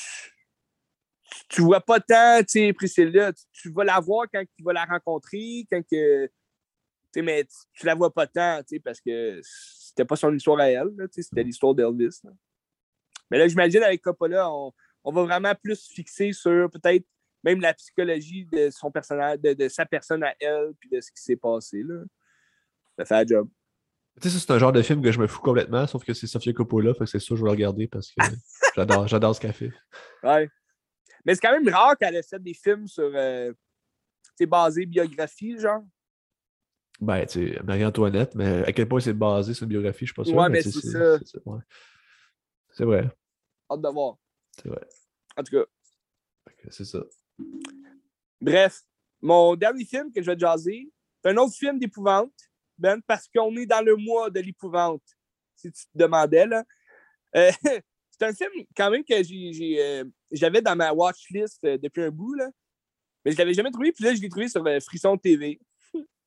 Tu vois pas tant, tu sais, Priscilla. Tu, tu vas la voir quand tu vas la rencontrer, quand que. Tu sais, mais tu, tu la vois pas tant, tu sais, parce que c'était pas son histoire à elle, là, tu sais, c'était l'histoire d'Elvis. là. Mais là, j'imagine, avec Coppola, on, on va vraiment plus se fixer sur peut-être même la psychologie de son personnage, de, de sa personne à elle, puis de ce qui s'est passé, là. Ça fait la job. Tu sais, ça, c'est un genre de film que je me fous complètement, sauf que c'est Sofia Coppola, fait que c'est ça que je vais le regarder parce que j'adore, j'adore ce qu'elle fait. Ouais. Mais c'est quand même rare qu'elle ait fait des films sur. Euh, tu sais, basé biographie, genre. Ben, tu sais, Marie-Antoinette, mais à quel point c'est basé sur une biographie, je suis pas sûr. Ouais, mais mais tu sais, c'est c'est, ça. c'est, c'est- ouais. C'est vrai, Hâte de voir. c'est vrai. En tout cas. Fait que c'est ça. Bref, mon dernier film que je vais te jaser, c'est un autre film d'épouvante, Ben, parce qu'on est dans le mois de l'épouvante, si tu te demandais, là. Euh, c'est un film, quand même, que j'ai, j'ai, euh, j'avais dans ma watchlist euh, depuis un bout, là. Mais je l'avais jamais trouvé, puis là, je l'ai trouvé sur euh, Frisson T V.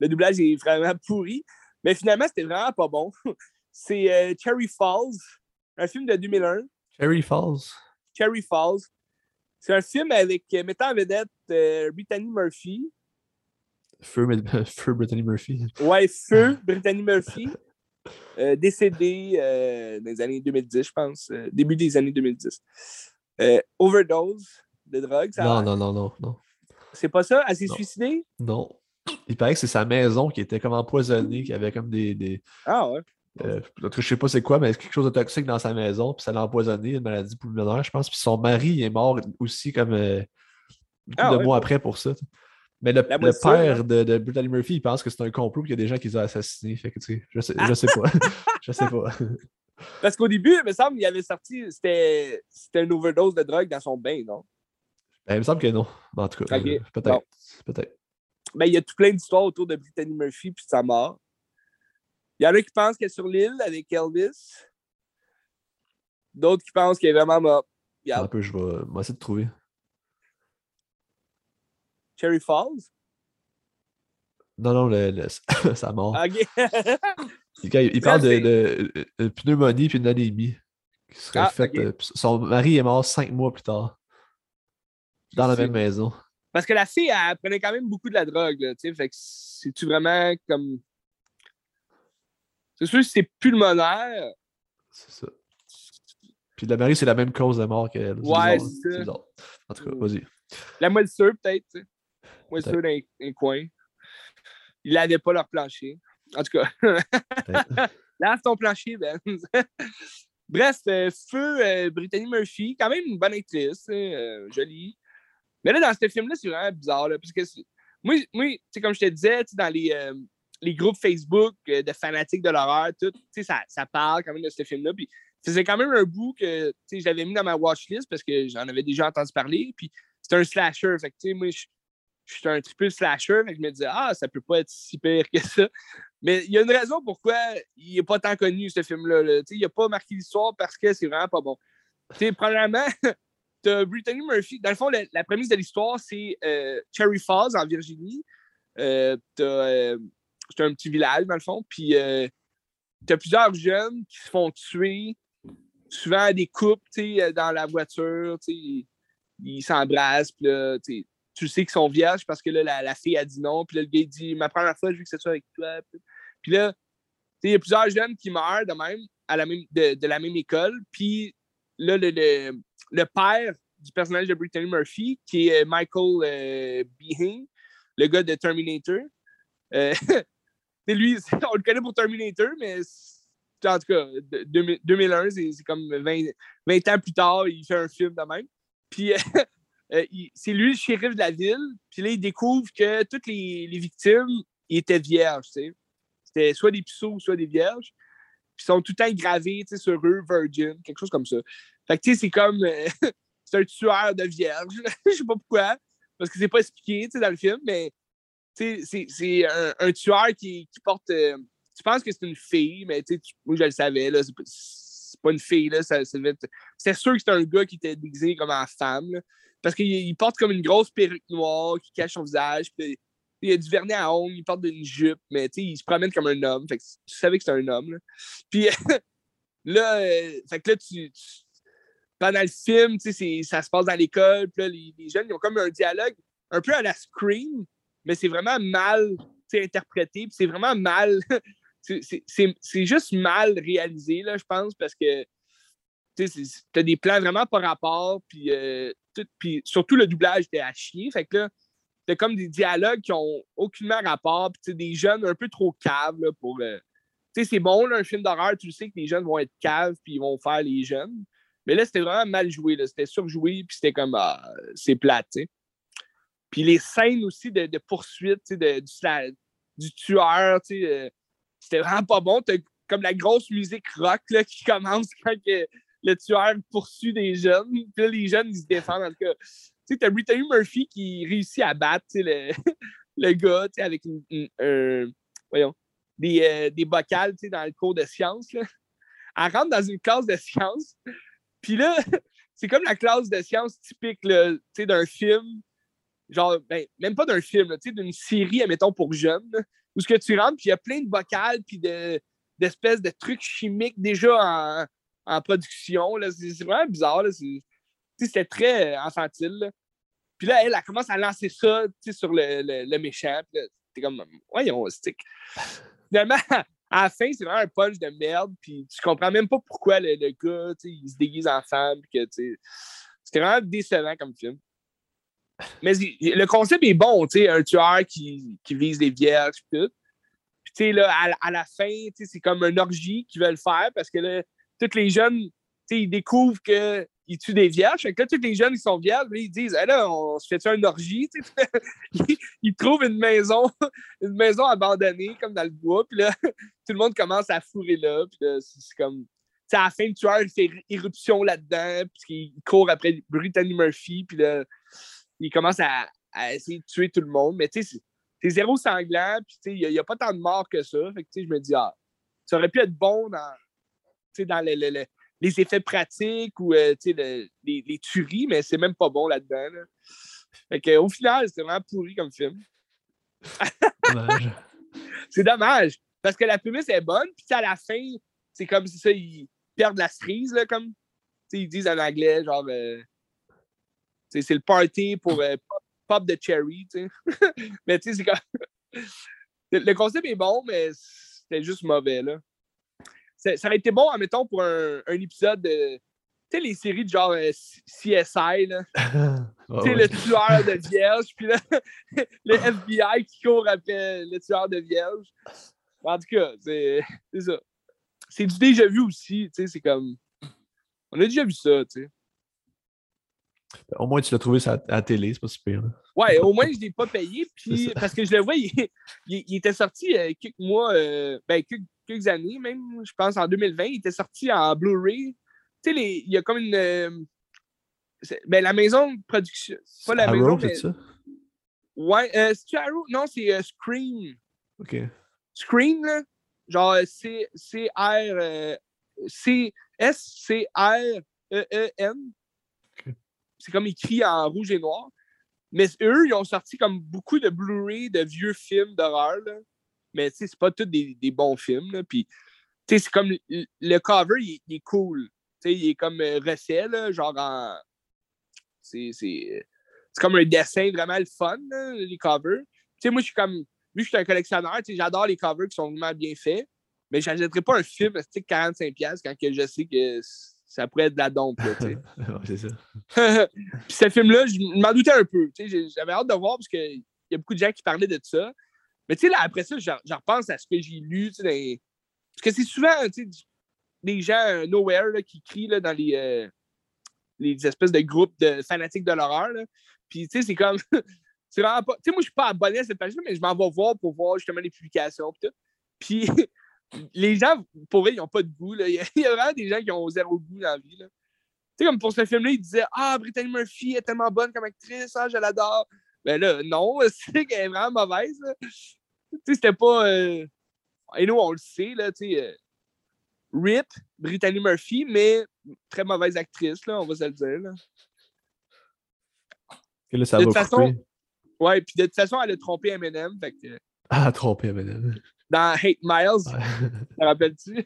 le doublage est vraiment pourri. Mais finalement, c'était vraiment pas bon. C'est euh, Cherry Falls, un film de deux mille un. Cherry Falls. Cherry Falls. C'est un film avec, euh, mettant en vedette euh, Brittany Murphy. Feu, Feu Brittany Murphy. Ouais, Feu Brittany Murphy. Euh, décédée euh, dans les années deux mille dix, je pense. Euh, début des années deux mille dix. Euh, overdose de drogue, ça Non, a non, non, non, non. C'est pas ça? Elle s'est Non. suicidée? Non. Il paraît que c'est sa maison qui était comme empoisonnée, qui avait comme des. des Ah ouais. euh, je sais pas c'est quoi, mais quelque chose de toxique dans sa maison, puis ça l'a empoisonné, une maladie pulmonaire, je pense. Puis son mari est mort aussi comme euh, beaucoup Ah de ouais, mois bon. après pour ça. Mais le, La le moisissure, père hein? de, de Brittany Murphy, il pense que c'est un complot, qu'il y a des gens qui les ont assassinés. Fait que, tu sais, je sais, je sais pas. Je sais pas. Parce qu'au début, il me semble qu'il avait sorti, c'était, c'était une overdose de drogue dans son bain, non? Ben, il me semble que non. En tout cas, Ok. euh, peut-être. Bon. Peut-être. Ben, il y a tout plein d'histoires autour de Brittany Murphy puis de sa mort. Il y en a qui pensent qu'elle est sur l'île avec Elvis. D'autres qui pensent qu'elle est vraiment morte. Un Regarde. peu, je vais, je vais essayer de trouver. Cherry Falls? Non, non, le, le- sa mort. Ok. Il, il Ça, parle de, c'est- de, de pneumonie puis une anémie qui serait Ah, faite. ok. euh, son mari est mort cinq mois plus tard, dans la C'est- même maison. Parce que la fille, elle prenait quand même beaucoup de la drogue, là, tu sais. Fait que c'est-tu vraiment comme. C'est sûr que c'est pulmonaire. C'est ça. Puis le mari, c'est la même cause de mort qu'elle. C'est Ouais, bizarre. c'est C'est ça. bizarre. En tout cas, Mm. vas-y. La moisissure, peut-être, tu sais. Moisissure Peut-être. dans les- dans les coins. Ils n'avaient pas leur plancher. En tout cas. Peut-être. Lave ton plancher, Ben. Bref, euh, Feu, euh, Brittany Murphy, quand même une bonne actrice, hein, euh, jolie. Mais là, dans ce film-là, c'est vraiment bizarre, là, parce que c'est- moi, moi tu sais, comme je te disais, tu sais, dans les, euh, les groupes Facebook euh, de fanatiques de l'horreur, tout, tu sais, ça, ça parle quand même de ce film-là. Puis c'est quand même un bout que tu sais, j'avais mis dans ma watchlist parce que j'en avais déjà entendu parler. Puis c'est un slasher. Fait que, tu sais, moi, je je suis un triple slasher. Fait que je me disais, ah, ça peut pas être si pire que ça. Mais il y a une raison pourquoi il n'est pas tant connu, ce film-là. Là. Il n'a pas marqué l'histoire parce que c'est vraiment pas bon. T'sais, premièrement, tu as Brittany Murphy. Dans le fond, la, la prémisse de l'histoire, c'est euh, Cherry Falls, en Virginie. Euh, euh, c'est un petit village, dans le fond. Puis euh, tu as plusieurs jeunes qui se font tuer, souvent à des couples dans la voiture. Ils, ils s'embrassent. Puis là, tu sais qu'ils sont vierges parce que là, la, la fille a dit non. Puis là, le gars, il dit ma première fois, je veux que c'est ça avec toi. Puis là, il y a plusieurs jeunes qui meurent de même, à la même de, de la même école. Puis là, le, le, le père du personnage de Brittany Murphy, qui est Michael euh, Biehn, le gars de Terminator. Euh, lui, on le connaît pour Terminator, mais en tout cas, deux mille un, c'est, c'est comme vingt, vingt ans plus tard, il fait un film de même. Puis euh, il, c'est lui le shérif de la ville. Puis là, il découvre que toutes les, les victimes ils étaient vierges. T'sais. C'était soit des puceaux, soit des vierges. Puis ils sont tout le temps gravés sur eux, virgin, quelque chose comme ça. Fait que tu sais, c'est comme. Euh, c'est un tueur de vierges. Je sais pas pourquoi. Parce que c'est pas expliqué dans le film, mais c'est, c'est un, un tueur qui, qui porte. Euh, tu penses que c'est une fille, mais tu, moi je le savais, là, c'est, pas, c'est pas une fille. Là, ça, ça devait être, c'était sûr que c'était un gars qui était déguisé comme en femme. Là, parce qu'il il porte comme une grosse perruque noire qui cache son visage. Puis, il a du vernis à ongles, il porte une jupe, mais il se promène comme un homme. Fait que tu savais que c'était un homme. Là. Puis là, euh, fait que là tu, tu, pendant le film, ça se passe dans l'école. Puis là, les, les jeunes ils ont comme un dialogue un peu à la Scream, mais c'est vraiment mal interprété. Puis c'est vraiment mal. c'est, c'est, c'est, c'est juste mal réalisé, là, je pense, parce que tu as des plans vraiment par rapport. Puis, euh, tout, puis surtout, le doublage était à chier. Fait que là, t'as comme des dialogues qui ont aucunement rapport. Puis des jeunes un peu trop caves là, pour. Euh, tu sais, c'est bon, là, un film d'horreur, tu sais que les jeunes vont être caves puis ils vont faire les jeunes. Mais là, c'était vraiment mal joué. Là. C'était surjoué, puis c'était comme, ah, c'est plate, tu sais. Puis les scènes aussi de, de poursuite, tu sais, de, du, la, du tueur, tu sais, euh, c'était vraiment pas bon. T'as comme la grosse musique rock là, qui commence quand que le tueur poursuit des jeunes. Puis là, les jeunes, ils se défendent. En tout cas, tu sais, t'as Brittany Murphy qui réussit à battre, tu sais, le, le gars, tu sais, avec une, une, un, voyons, des, euh, des bocales, tu sais, dans le cours de sciences, là. Elle rentre dans une classe de sciences. Puis là, c'est comme la classe de sciences typique là, d'un film. Genre, ben, même pas d'un film, d'une série, admettons, pour jeunes. Là. où ce que tu rentres, puis il y a plein de bocals, puis de, d'espèces de trucs chimiques déjà en, en production. Là. C'est, c'est vraiment bizarre. Là. C'est, c'était très infantile. Là. Puis là, elle, elle commence à lancer ça sur le, le, le méchant. Puis là, t'es comme, voyons, stick. Finalement, à la fin, c'est vraiment un punch de merde. Puis tu comprends même pas pourquoi le, le gars, il se déguise en femme. Puis que, c'était vraiment décevant comme film. Mais le concept est bon, tu sais, un tueur qui, qui vise les vierges, puis tout. Puis, tu sais, là, à, à la fin, tu sais, c'est comme une orgie qu'ils veulent faire parce que là, tous les jeunes, tu sais, ils découvrent qu'ils tuent des vierges. Fait que là, tous les jeunes, ils sont vierges, là, ils disent, hey, là, on se fait-tu une orgie, tu sais? ils, ils trouvent une maison, une maison abandonnée, comme dans le bois, puis là, tout le monde commence à fourrer là, puis là, c'est, c'est comme. Tu sais, à la fin, le tueur, il fait éruption là-dedans, puis il court après Brittany Murphy, puis là, il commence à, à essayer de tuer tout le monde. Mais tu sais, c'est, c'est zéro sanglant, puis tu sais, il n'y a, a pas tant de morts que ça. Fait que tu sais, je me dis, ah, ça aurait pu être bon dans, dans le, le, le, les effets pratiques ou euh, le, les, les tueries, mais c'est même pas bon là-dedans. Là. Fait que, au final, c'est vraiment pourri comme film. Dommage. C'est dommage, parce que la prémisse est bonne, puis à la fin, c'est comme si ça, ils perdent la cerise, là, comme ils disent en anglais, genre. Euh, c'est le party pour euh, pop, pop de cherry, tu sais. Mais tu sais, c'est comme. Le concept est bon, mais c'était juste mauvais, là. Ça, ça aurait été bon, admettons, pour un, un épisode de. Tu sais, les séries de genre euh, C S I, là. Oh, tu sais, ouais. le tueur de vierges, puis là, le F B I qui court après le tueur de vierges. En tout cas, c'est, c'est ça. C'est du déjà vu aussi, tu sais, c'est comme. On a déjà vu ça, tu sais. Au moins, tu l'as trouvé à la télé, c'est pas super. Là. Ouais, au moins, je ne l'ai pas payé, puis parce que je le vois, il, il, il était sorti euh, quelques mois, euh, ben, quelques, quelques années même, je pense en deux mille vingt, il était sorti en Blu-ray. Tu sais, il y a comme une. Euh, ben, la maison de production. Pas la Arrow, maison, c'est mais. ça? Ouais, euh, c'est-tu Arrow? Non, c'est euh, Scream. OK. Scream, là. Genre C R. Euh, C S C R E E N. Okay. C'est comme écrit en rouge et noir. Mais eux, ils ont sorti comme beaucoup de Blu-ray de vieux films d'horreur. Là. Mais tu sais, c'est pas tous des, des bons films. Là. Puis, tu sais, c'est comme le, le cover, il, il est cool. Tu sais, il est comme euh, refait, là, genre en. C'est, c'est, c'est comme un dessin vraiment le fun, là, les covers. Tu sais, moi, je suis comme. Vu que je suis un collectionneur, tu sais, j'adore les covers qui sont vraiment bien faits. Mais je n'achèterais pas un film à quarante-cinq dollars quand que je sais que ça pourrait être de la dompe, là, tu sais. Ouais, c'est ça. Puis ce film-là, je m'en doutais un peu. J'avais hâte de voir parce qu'il y a beaucoup de gens qui parlaient de ça. Mais tu sais, là, après ça, je repense à ce que j'ai lu. Dans... Parce que c'est souvent des gens uh, nowhere là, qui crient là, dans les, euh, les espèces de groupes de fanatiques de l'horreur. Puis tu sais, c'est comme. c'est vraiment pas. Tu sais, moi, je suis pas abonné à cette page-là, mais je m'en vais voir pour voir justement les publications. Puis les gens, pour eux, ils n'ont pas de goût. Là. Il y a vraiment des gens qui ont zéro goût dans la vie. Là. Tu sais, comme pour ce film-là, il disait Ah, Brittany Murphy est tellement bonne comme actrice, ah, je l'adore. Ben là, non, c'est qu'elle est vraiment mauvaise. Tu sais, c'était pas. Euh... Et nous, on le sait, là, tu sais. Euh... Rip, Brittany Murphy, mais très mauvaise actrice, là, on va se le dire. Là. Et là, ça de va toute façon, couper. ouais, puis de toute façon, elle a trompé Eminem. Fait que, Ah, trompé, madame. dans Hate Miles, Ouais. te rappelles-tu?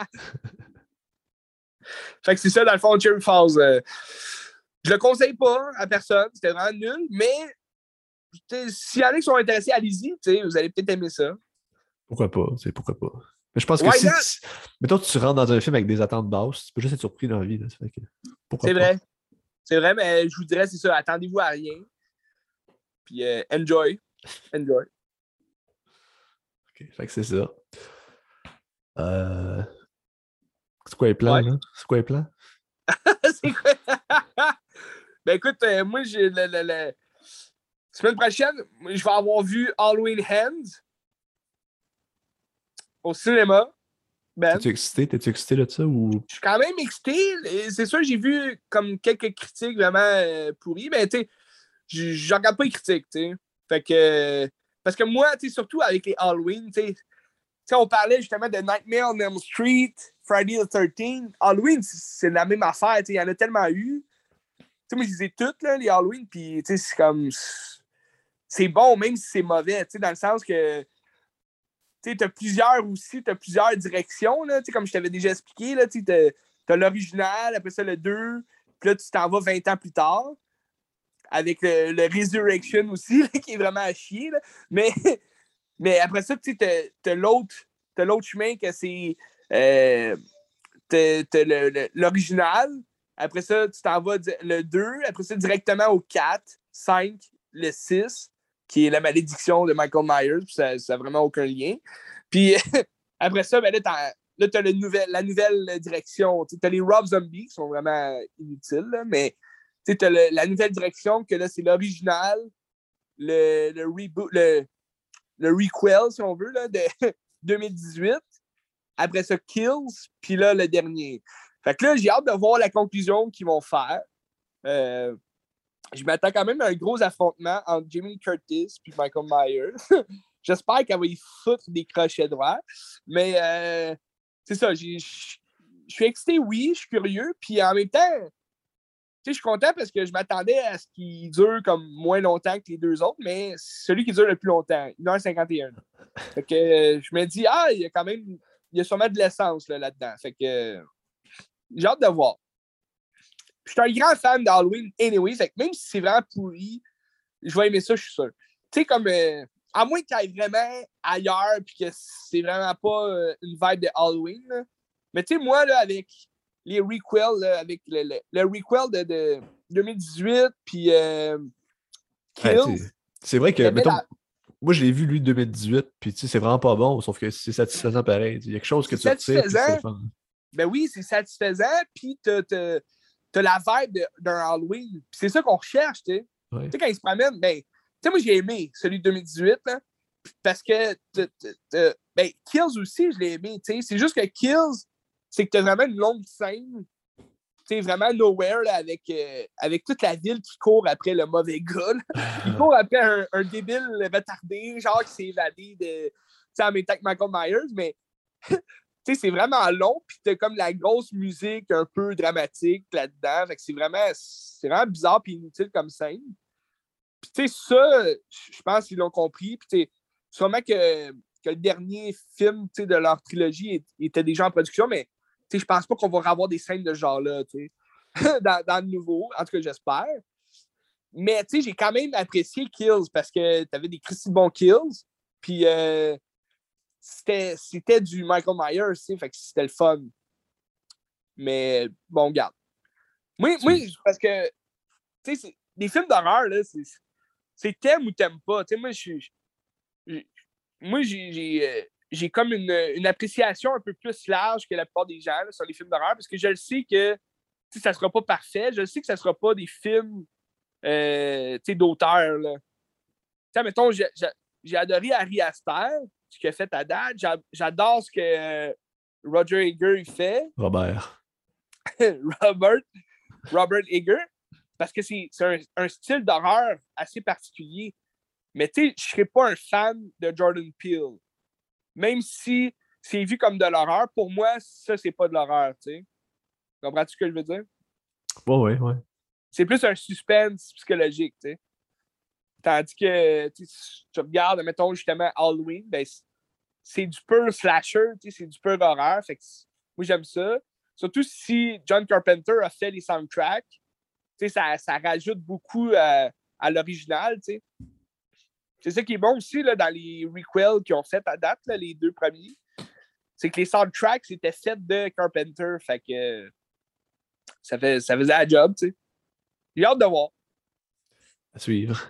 Fait que c'est ça, dans le fond, Cherry Falls. Euh, je le conseille pas à personne, c'était vraiment nul, mais s'il y en a qui sont intéressés, allez-y, vous allez peut-être aimer ça. Pourquoi pas, c'est pourquoi pas. Mais je pense que Why si not? tu... Mettons que tu rentres dans un film avec des attentes basses, tu peux juste être surpris dans la vie. Là. Ça fait que... Pourquoi C'est pas? vrai. C'est vrai, mais je vous dirais, c'est ça, attendez-vous à rien. Puis euh, enjoy. Enjoy. OK, fait que c'est ça. Euh... C'est quoi les plans, Ouais. là? C'est quoi les plans? c'est quoi? ben écoute, euh, moi, j'ai le, le, le... semaine prochaine, je vais avoir vu Halloween Hands au cinéma. Ben. T'es-tu excité? T'es-tu excité de ça? Ou... Je suis quand même excité. C'est sûr, j'ai vu comme quelques critiques vraiment euh, pourries, mais tu sais, je regarde pas les critiques, tu sais. Fait que. Euh, parce que moi, tu sais, surtout avec les Halloween, tu sais, on parlait justement de Nightmare on Elm Street, Friday the thirteenth. Halloween, c'est la même affaire, tu sais, il y en a tellement eu. Tu sais, moi, je les ai toutes, là, les Halloween, puis tu sais, c'est comme. C'est bon, même si c'est mauvais, tu sais, dans le sens que. tu as plusieurs aussi, tu as plusieurs directions, là, comme je t'avais déjà expliqué. Tu as l'original, après ça le deux, puis là, tu t'en vas vingt ans plus tard, avec le, le Resurrection aussi, là, qui est vraiment à chier. Là. Mais, mais après ça, tu sais, tu as l'autre chemin que c'est euh, t'as, t'as le, le, l'original. Après ça, tu t'en vas le deux, après ça, directement au quatre, cinq, le six, qui est la malédiction de Michael Myers, puis ça n'a vraiment aucun lien. Puis après ça, ben là, t'as, là, t'as le nouvel, la nouvelle direction. Tu as les Rob Zombies qui sont vraiment inutiles, là, mais tu as le, la nouvelle direction que là, c'est l'original, le, le reboot, le, le requel, si on veut, là, de deux mille dix-huit. Après ça, Kills, puis là, le dernier. Fait que là, j'ai hâte de voir la conclusion qu'ils vont faire. Euh, je m'attends quand même à un gros affrontement entre Jamie Lee Curtis et Michael Myers. J'espère qu'elle va y foutre des crochets droits. Mais euh, c'est ça, je suis excité, oui, je suis curieux. Puis en même temps, je suis content parce que je m'attendais à ce qu'il dure comme moins longtemps que les deux autres, mais celui qui dure le plus longtemps, une heure cinquante et un. Fait que euh, je me dis, ah, il y a quand même, il y a sûrement de l'essence là, là-dedans. Fait que euh, j'ai hâte de voir. Je suis un grand fan d'Halloween anyway, fait que même si c'est vraiment pourri, je vais aimer ça, je suis sûr. Tu sais, comme, euh, à moins qu'il aille vraiment ailleurs puis que c'est vraiment pas euh, une vibe de Halloween, là. Mais tu sais, moi, là, avec les requels, là, avec le, le, le requel de, de deux mille dix-huit, puis euh, Kills. Ouais, c'est vrai que, mettons, la... moi, je l'ai vu, lui, de deux mille dix-huit, puis tu sais, c'est vraiment pas bon, sauf que c'est satisfaisant pareil. Il y a quelque chose que tu retires, puis c'est fun. Ben oui, c'est satisfaisant, puis t'as, t'as, t'as la vibe d'un Halloween. Puis c'est ça qu'on recherche, tu sais. Ouais. Tu sais, quand ils se promènent, ben, tu sais, moi, j'ai aimé celui de deux mille dix-huit, là, parce que, t'as, t'as, ben, Kills aussi, je l'ai aimé, tu sais. C'est juste que Kills, c'est que t'as vraiment une longue scène, tu sais, vraiment nowhere, là, avec, euh, avec toute la ville qui court après le mauvais gars, là. Il court après un, un débile retardé, genre, qui s'est évadé de, tu sais, en même temps que Michael Myers, mais... Tu sais, c'est vraiment long, puis t'as comme la grosse musique un peu dramatique là-dedans. Fait que c'est vraiment, c'est vraiment bizarre puis inutile comme scène. Puis tu sais, ça, je pense qu'ils l'ont compris. Puis tu sais, sûrement que, que le dernier film de leur trilogie était déjà en production, mais tu sais, je pense pas qu'on va avoir des scènes de ce genre-là, tu sais, dans, dans le nouveau. En tout cas, j'espère. Mais tu sais, j'ai quand même apprécié Kills parce que t'avais des Christy bons Kills. Puis... Euh, C'était, c'était du Michael Myers, tu sais, fait que c'était le fun. Mais bon, regarde. Moi, moi parce que, tu sais, des films d'horreur, là, c'est, c'est t'aimes ou t'aimes pas. Tu sais, moi, je moi, j'ai, j'ai, j'ai comme une, une appréciation un peu plus large que la plupart des gens là, sur les films d'horreur, parce que je le sais que ça sera pas parfait. Je le sais que ça sera pas des films euh, d'auteur. Tu sais, mettons, j'ai, j'ai adoré Ari Aster, ce qu'il a fait à date. J'adore ce que Roger Eger fait. Robert. Robert. Robert Eger. Parce que c'est un, un style d'horreur assez particulier. Mais tu sais, je ne serais pas un fan de Jordan Peele. Même si c'est vu comme de l'horreur, pour moi, ça, c'est pas de l'horreur, tu sais. Comprends-tu ce que je veux dire? Oui, oui, oui. C'est plus un suspense psychologique, tu sais. Tandis que tu regardes, mettons, justement, Halloween, ben, c'est du pur slasher, c'est du pur horreur. Fait que moi, j'aime ça. Surtout si John Carpenter a fait les soundtracks, ça, ça rajoute beaucoup à, à l'original. T'sais. C'est ça qui est bon aussi là, dans les requels qu'ils ont fait à date, là, les deux premiers. C'est que les soundtracks étaient faits de Carpenter. Fait que ça, fait, ça faisait la job. T'sais. J'ai hâte de voir. À suivre.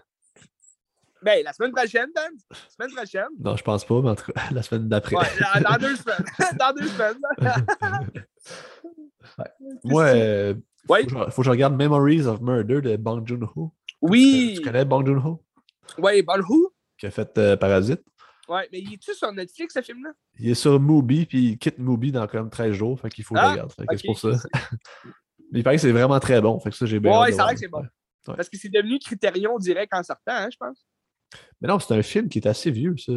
Ben, la semaine prochaine, Dan. La semaine prochaine. Non, je pense pas, mais en tout cas, la semaine d'après. Ouais, dans, dans deux semaines. dans deux semaines. Ouais. Moi, euh, ouais. faut, que faut que je regarde Memories of Murder de Bong Joon-ho. Oui. Tu, tu connais Bong Joon-ho? Oui, Bong Joon-ho. Qui a fait euh, Parasite. Ouais, mais il est-tu sur Netflix, ce film-là? Il est sur Mubi, puis il quitte Mubi dans comme treize jours, fait qu'il faut que ah, je regarde. Okay, c'est pour ça. C'est... Mais il paraît que c'est vraiment très bon, fait que ça, j'ai bien Ouais, hâte ça a l'air que c'est bon. Ouais. Ouais. Parce que c'est devenu Criterion direct en sortant, hein, je pense. Mais non, c'est un film qui est assez vieux, ça.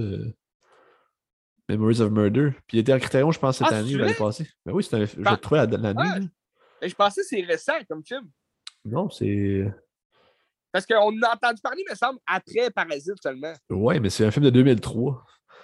Memories of Murder. Puis il était en Criterion, je pense, cette ah, année ou l'année passée. Mais oui, c'est un... je ben... l'ai trouvé l'année. Ah, mais je pensais que c'est récent comme film. Non, c'est... Parce qu'on a entendu parler, me semble, après Parasite seulement. Ouais, mais c'est un film de deux mille trois.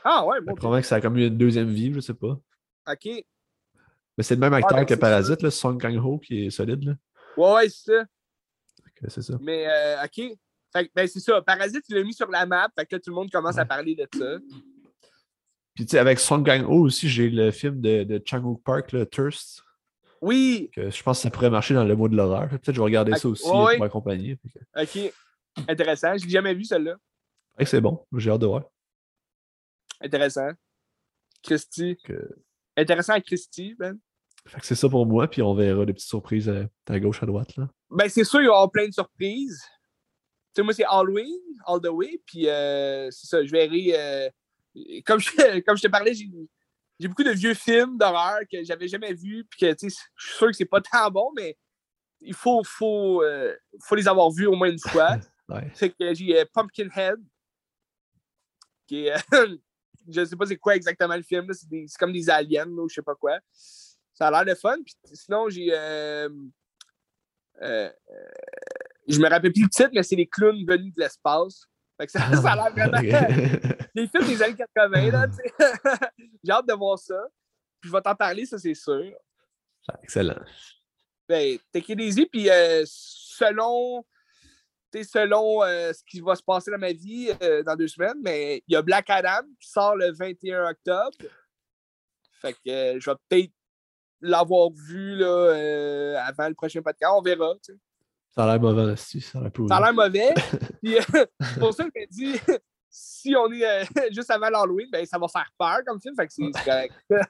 Ah ouais, moi. Probablement que ça a comme eu une deuxième vie, je sais pas. OK. Mais c'est le même acteur Ah, ben, que c'est Parasite, là, Song Kang-ho, qui est solide. Là. Ouais, ouais, c'est ça. Que c'est ça. Mais, euh, OK. Fait que, ben, c'est ça. Parasite, il l'a mis sur la map. Fait que là, tout le monde commence Ouais. à parler de ça. Puis, tu sais, avec Song Kang-ho aussi, j'ai le film de, de Chang-wook Park, là, Thirst. Oui. Que je pense que ça pourrait marcher dans le mot de l'horreur. Peut-être que je vais regarder Okay. ça aussi Ouais, pour ouais. accompagner. Que... OK. Intéressant. Je l'ai jamais vu, celle-là. Fait que c'est bon. J'ai hâte de voir. Intéressant. Christy. Que... Intéressant à Christy, Ben. Fait que c'est ça pour moi, puis on verra des petites surprises à, à gauche, à droite. Là. Ben, c'est sûr, il va y avoir plein de surprises. Tu sais, moi, c'est Halloween, all the way, puis euh, c'est ça, je verrai... Euh, comme, je, comme je te parlais, j'ai, j'ai beaucoup de vieux films d'horreur que j'avais jamais vus, puis que, tu sais, je suis sûr que c'est pas tant bon, mais il faut, faut, euh, faut les avoir vus au moins une fois. Ouais. Fait que j'ai euh, Pumpkinhead, qui est... Euh, je sais pas c'est quoi exactement le film, là, c'est, des, c'est comme des aliens, là, ou je sais pas quoi. Ça a l'air de fun, puis sinon, j'ai... Euh, euh, je me rappelle plus le titre, mais c'est les clowns venus de l'espace. Fait que ça, ça a l'air vraiment... les films des années quatre-vingts, là, tu sais. J'ai hâte de voir ça. Puis je vais t'en parler, ça, c'est sûr. Excellent. Ben, take it easy, puis euh, selon... selon euh, ce qui va se passer dans ma vie euh, dans deux semaines, mais il y a Black Adam qui sort le vingt et un octobre. Fait que euh, je vais peut-être l'avoir vu là, euh, avant le prochain podcast. On verra, tu sais. Ça a l'air mauvais, aussi. Ça a l'air, ça a l'air mauvais. Puis, euh, c'est pour ça que je me dis, si on est euh, juste avant l'Halloween, ben, ça va faire peur comme film. Fait que c'est, c'est correct.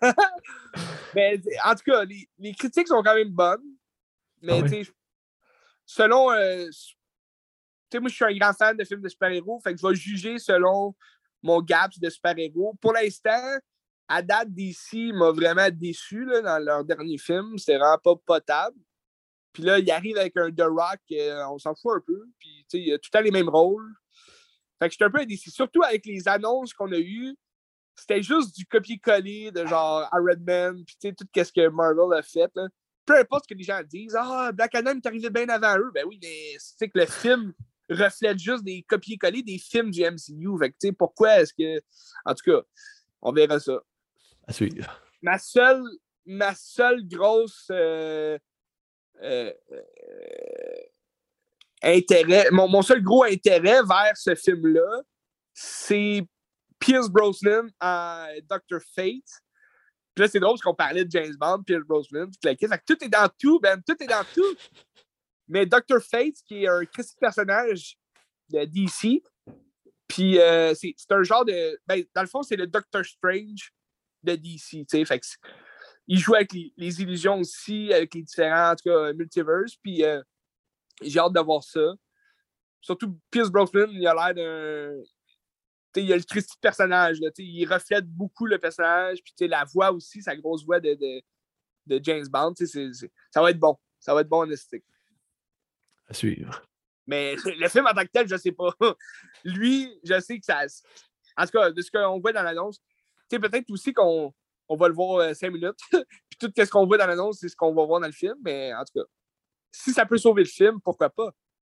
Mais en tout cas, les, les critiques sont quand même bonnes. Mais ah ouais. tu sais, selon. Euh, tu sais, moi, je suis un grand fan de films de super-héros. Fait que je vais juger selon mon gap de super-héros. Pour l'instant, à date, D C m'a vraiment déçu là, dans leur dernier film. C'était vraiment pas potable. Puis là, il arrive avec un The Rock, euh, on s'en fout un peu. Puis, tu sais, il a tout le temps les mêmes rôles. Fait que j'étais un peu indécis. Surtout avec les annonces qu'on a eues, c'était juste du copier-coller de genre Iron Man, puis tu sais, tout ce que Marvel a fait. Là. Peu importe ce que les gens disent, ah, Black Adam est arrivé bien avant eux. Ben oui, mais c'est que le film reflète juste des copier-coller des films du M C U. Fait que, tu sais, pourquoi est-ce que. En tout cas, on verra ça. À suivre. Ma seule, ma seule grosse. Euh, Euh, euh, intérêt, mon, mon seul gros intérêt vers ce film-là, c'est Pierce Brosnan à docteur Fate. Puis là, c'est drôle parce qu'on parlait de James Bond, Pierce Brosnan, tout, fait que tout est dans tout, Ben, tout est dans tout. Mais docteur Fate, qui est un Christy personnage de D C, puis euh, c'est, c'est un genre de... Ben, dans le fond, c'est le Doctor Strange de D C, tu sais, fait que il joue avec les, les illusions aussi, avec les différents, en tout cas, multiverses. Puis euh, j'ai hâte de voir ça. Surtout Pierce Brosnan, il a l'air d'un... T'sais, il a le Christy de personnage. Là, il reflète beaucoup le personnage. Puis la voix aussi, sa grosse voix de, de, de James Bond. C'est, c'est, ça va être bon. Ça va être bon en esthétique. À suivre. Mais le film en tant que tel, je sais pas. Lui, je sais que ça... En tout cas, de ce qu'on voit dans l'annonce, peut-être aussi qu'on... On va le voir euh, cinq minutes. Puis tout ce qu'on voit dans l'annonce, c'est ce qu'on va voir dans le film. Mais en tout cas, si ça peut sauver le film, pourquoi pas?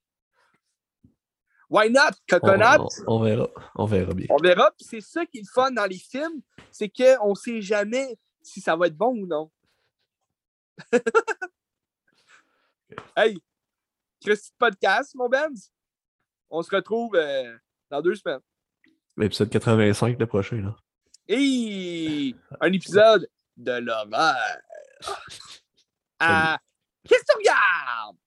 Why not? Coconut? On, on, on verra. On verra bien. On verra. Puis c'est ça qui est le fun dans les films, c'est qu'on ne sait jamais si ça va être bon ou non. Hey! Christy Podcast, mon Benz. On se retrouve euh, dans deux semaines. L'épisode quatre-vingt-cinq, le prochain, là. Et un épisode de l'horreur. Ah, qu'est-ce que tu regardes?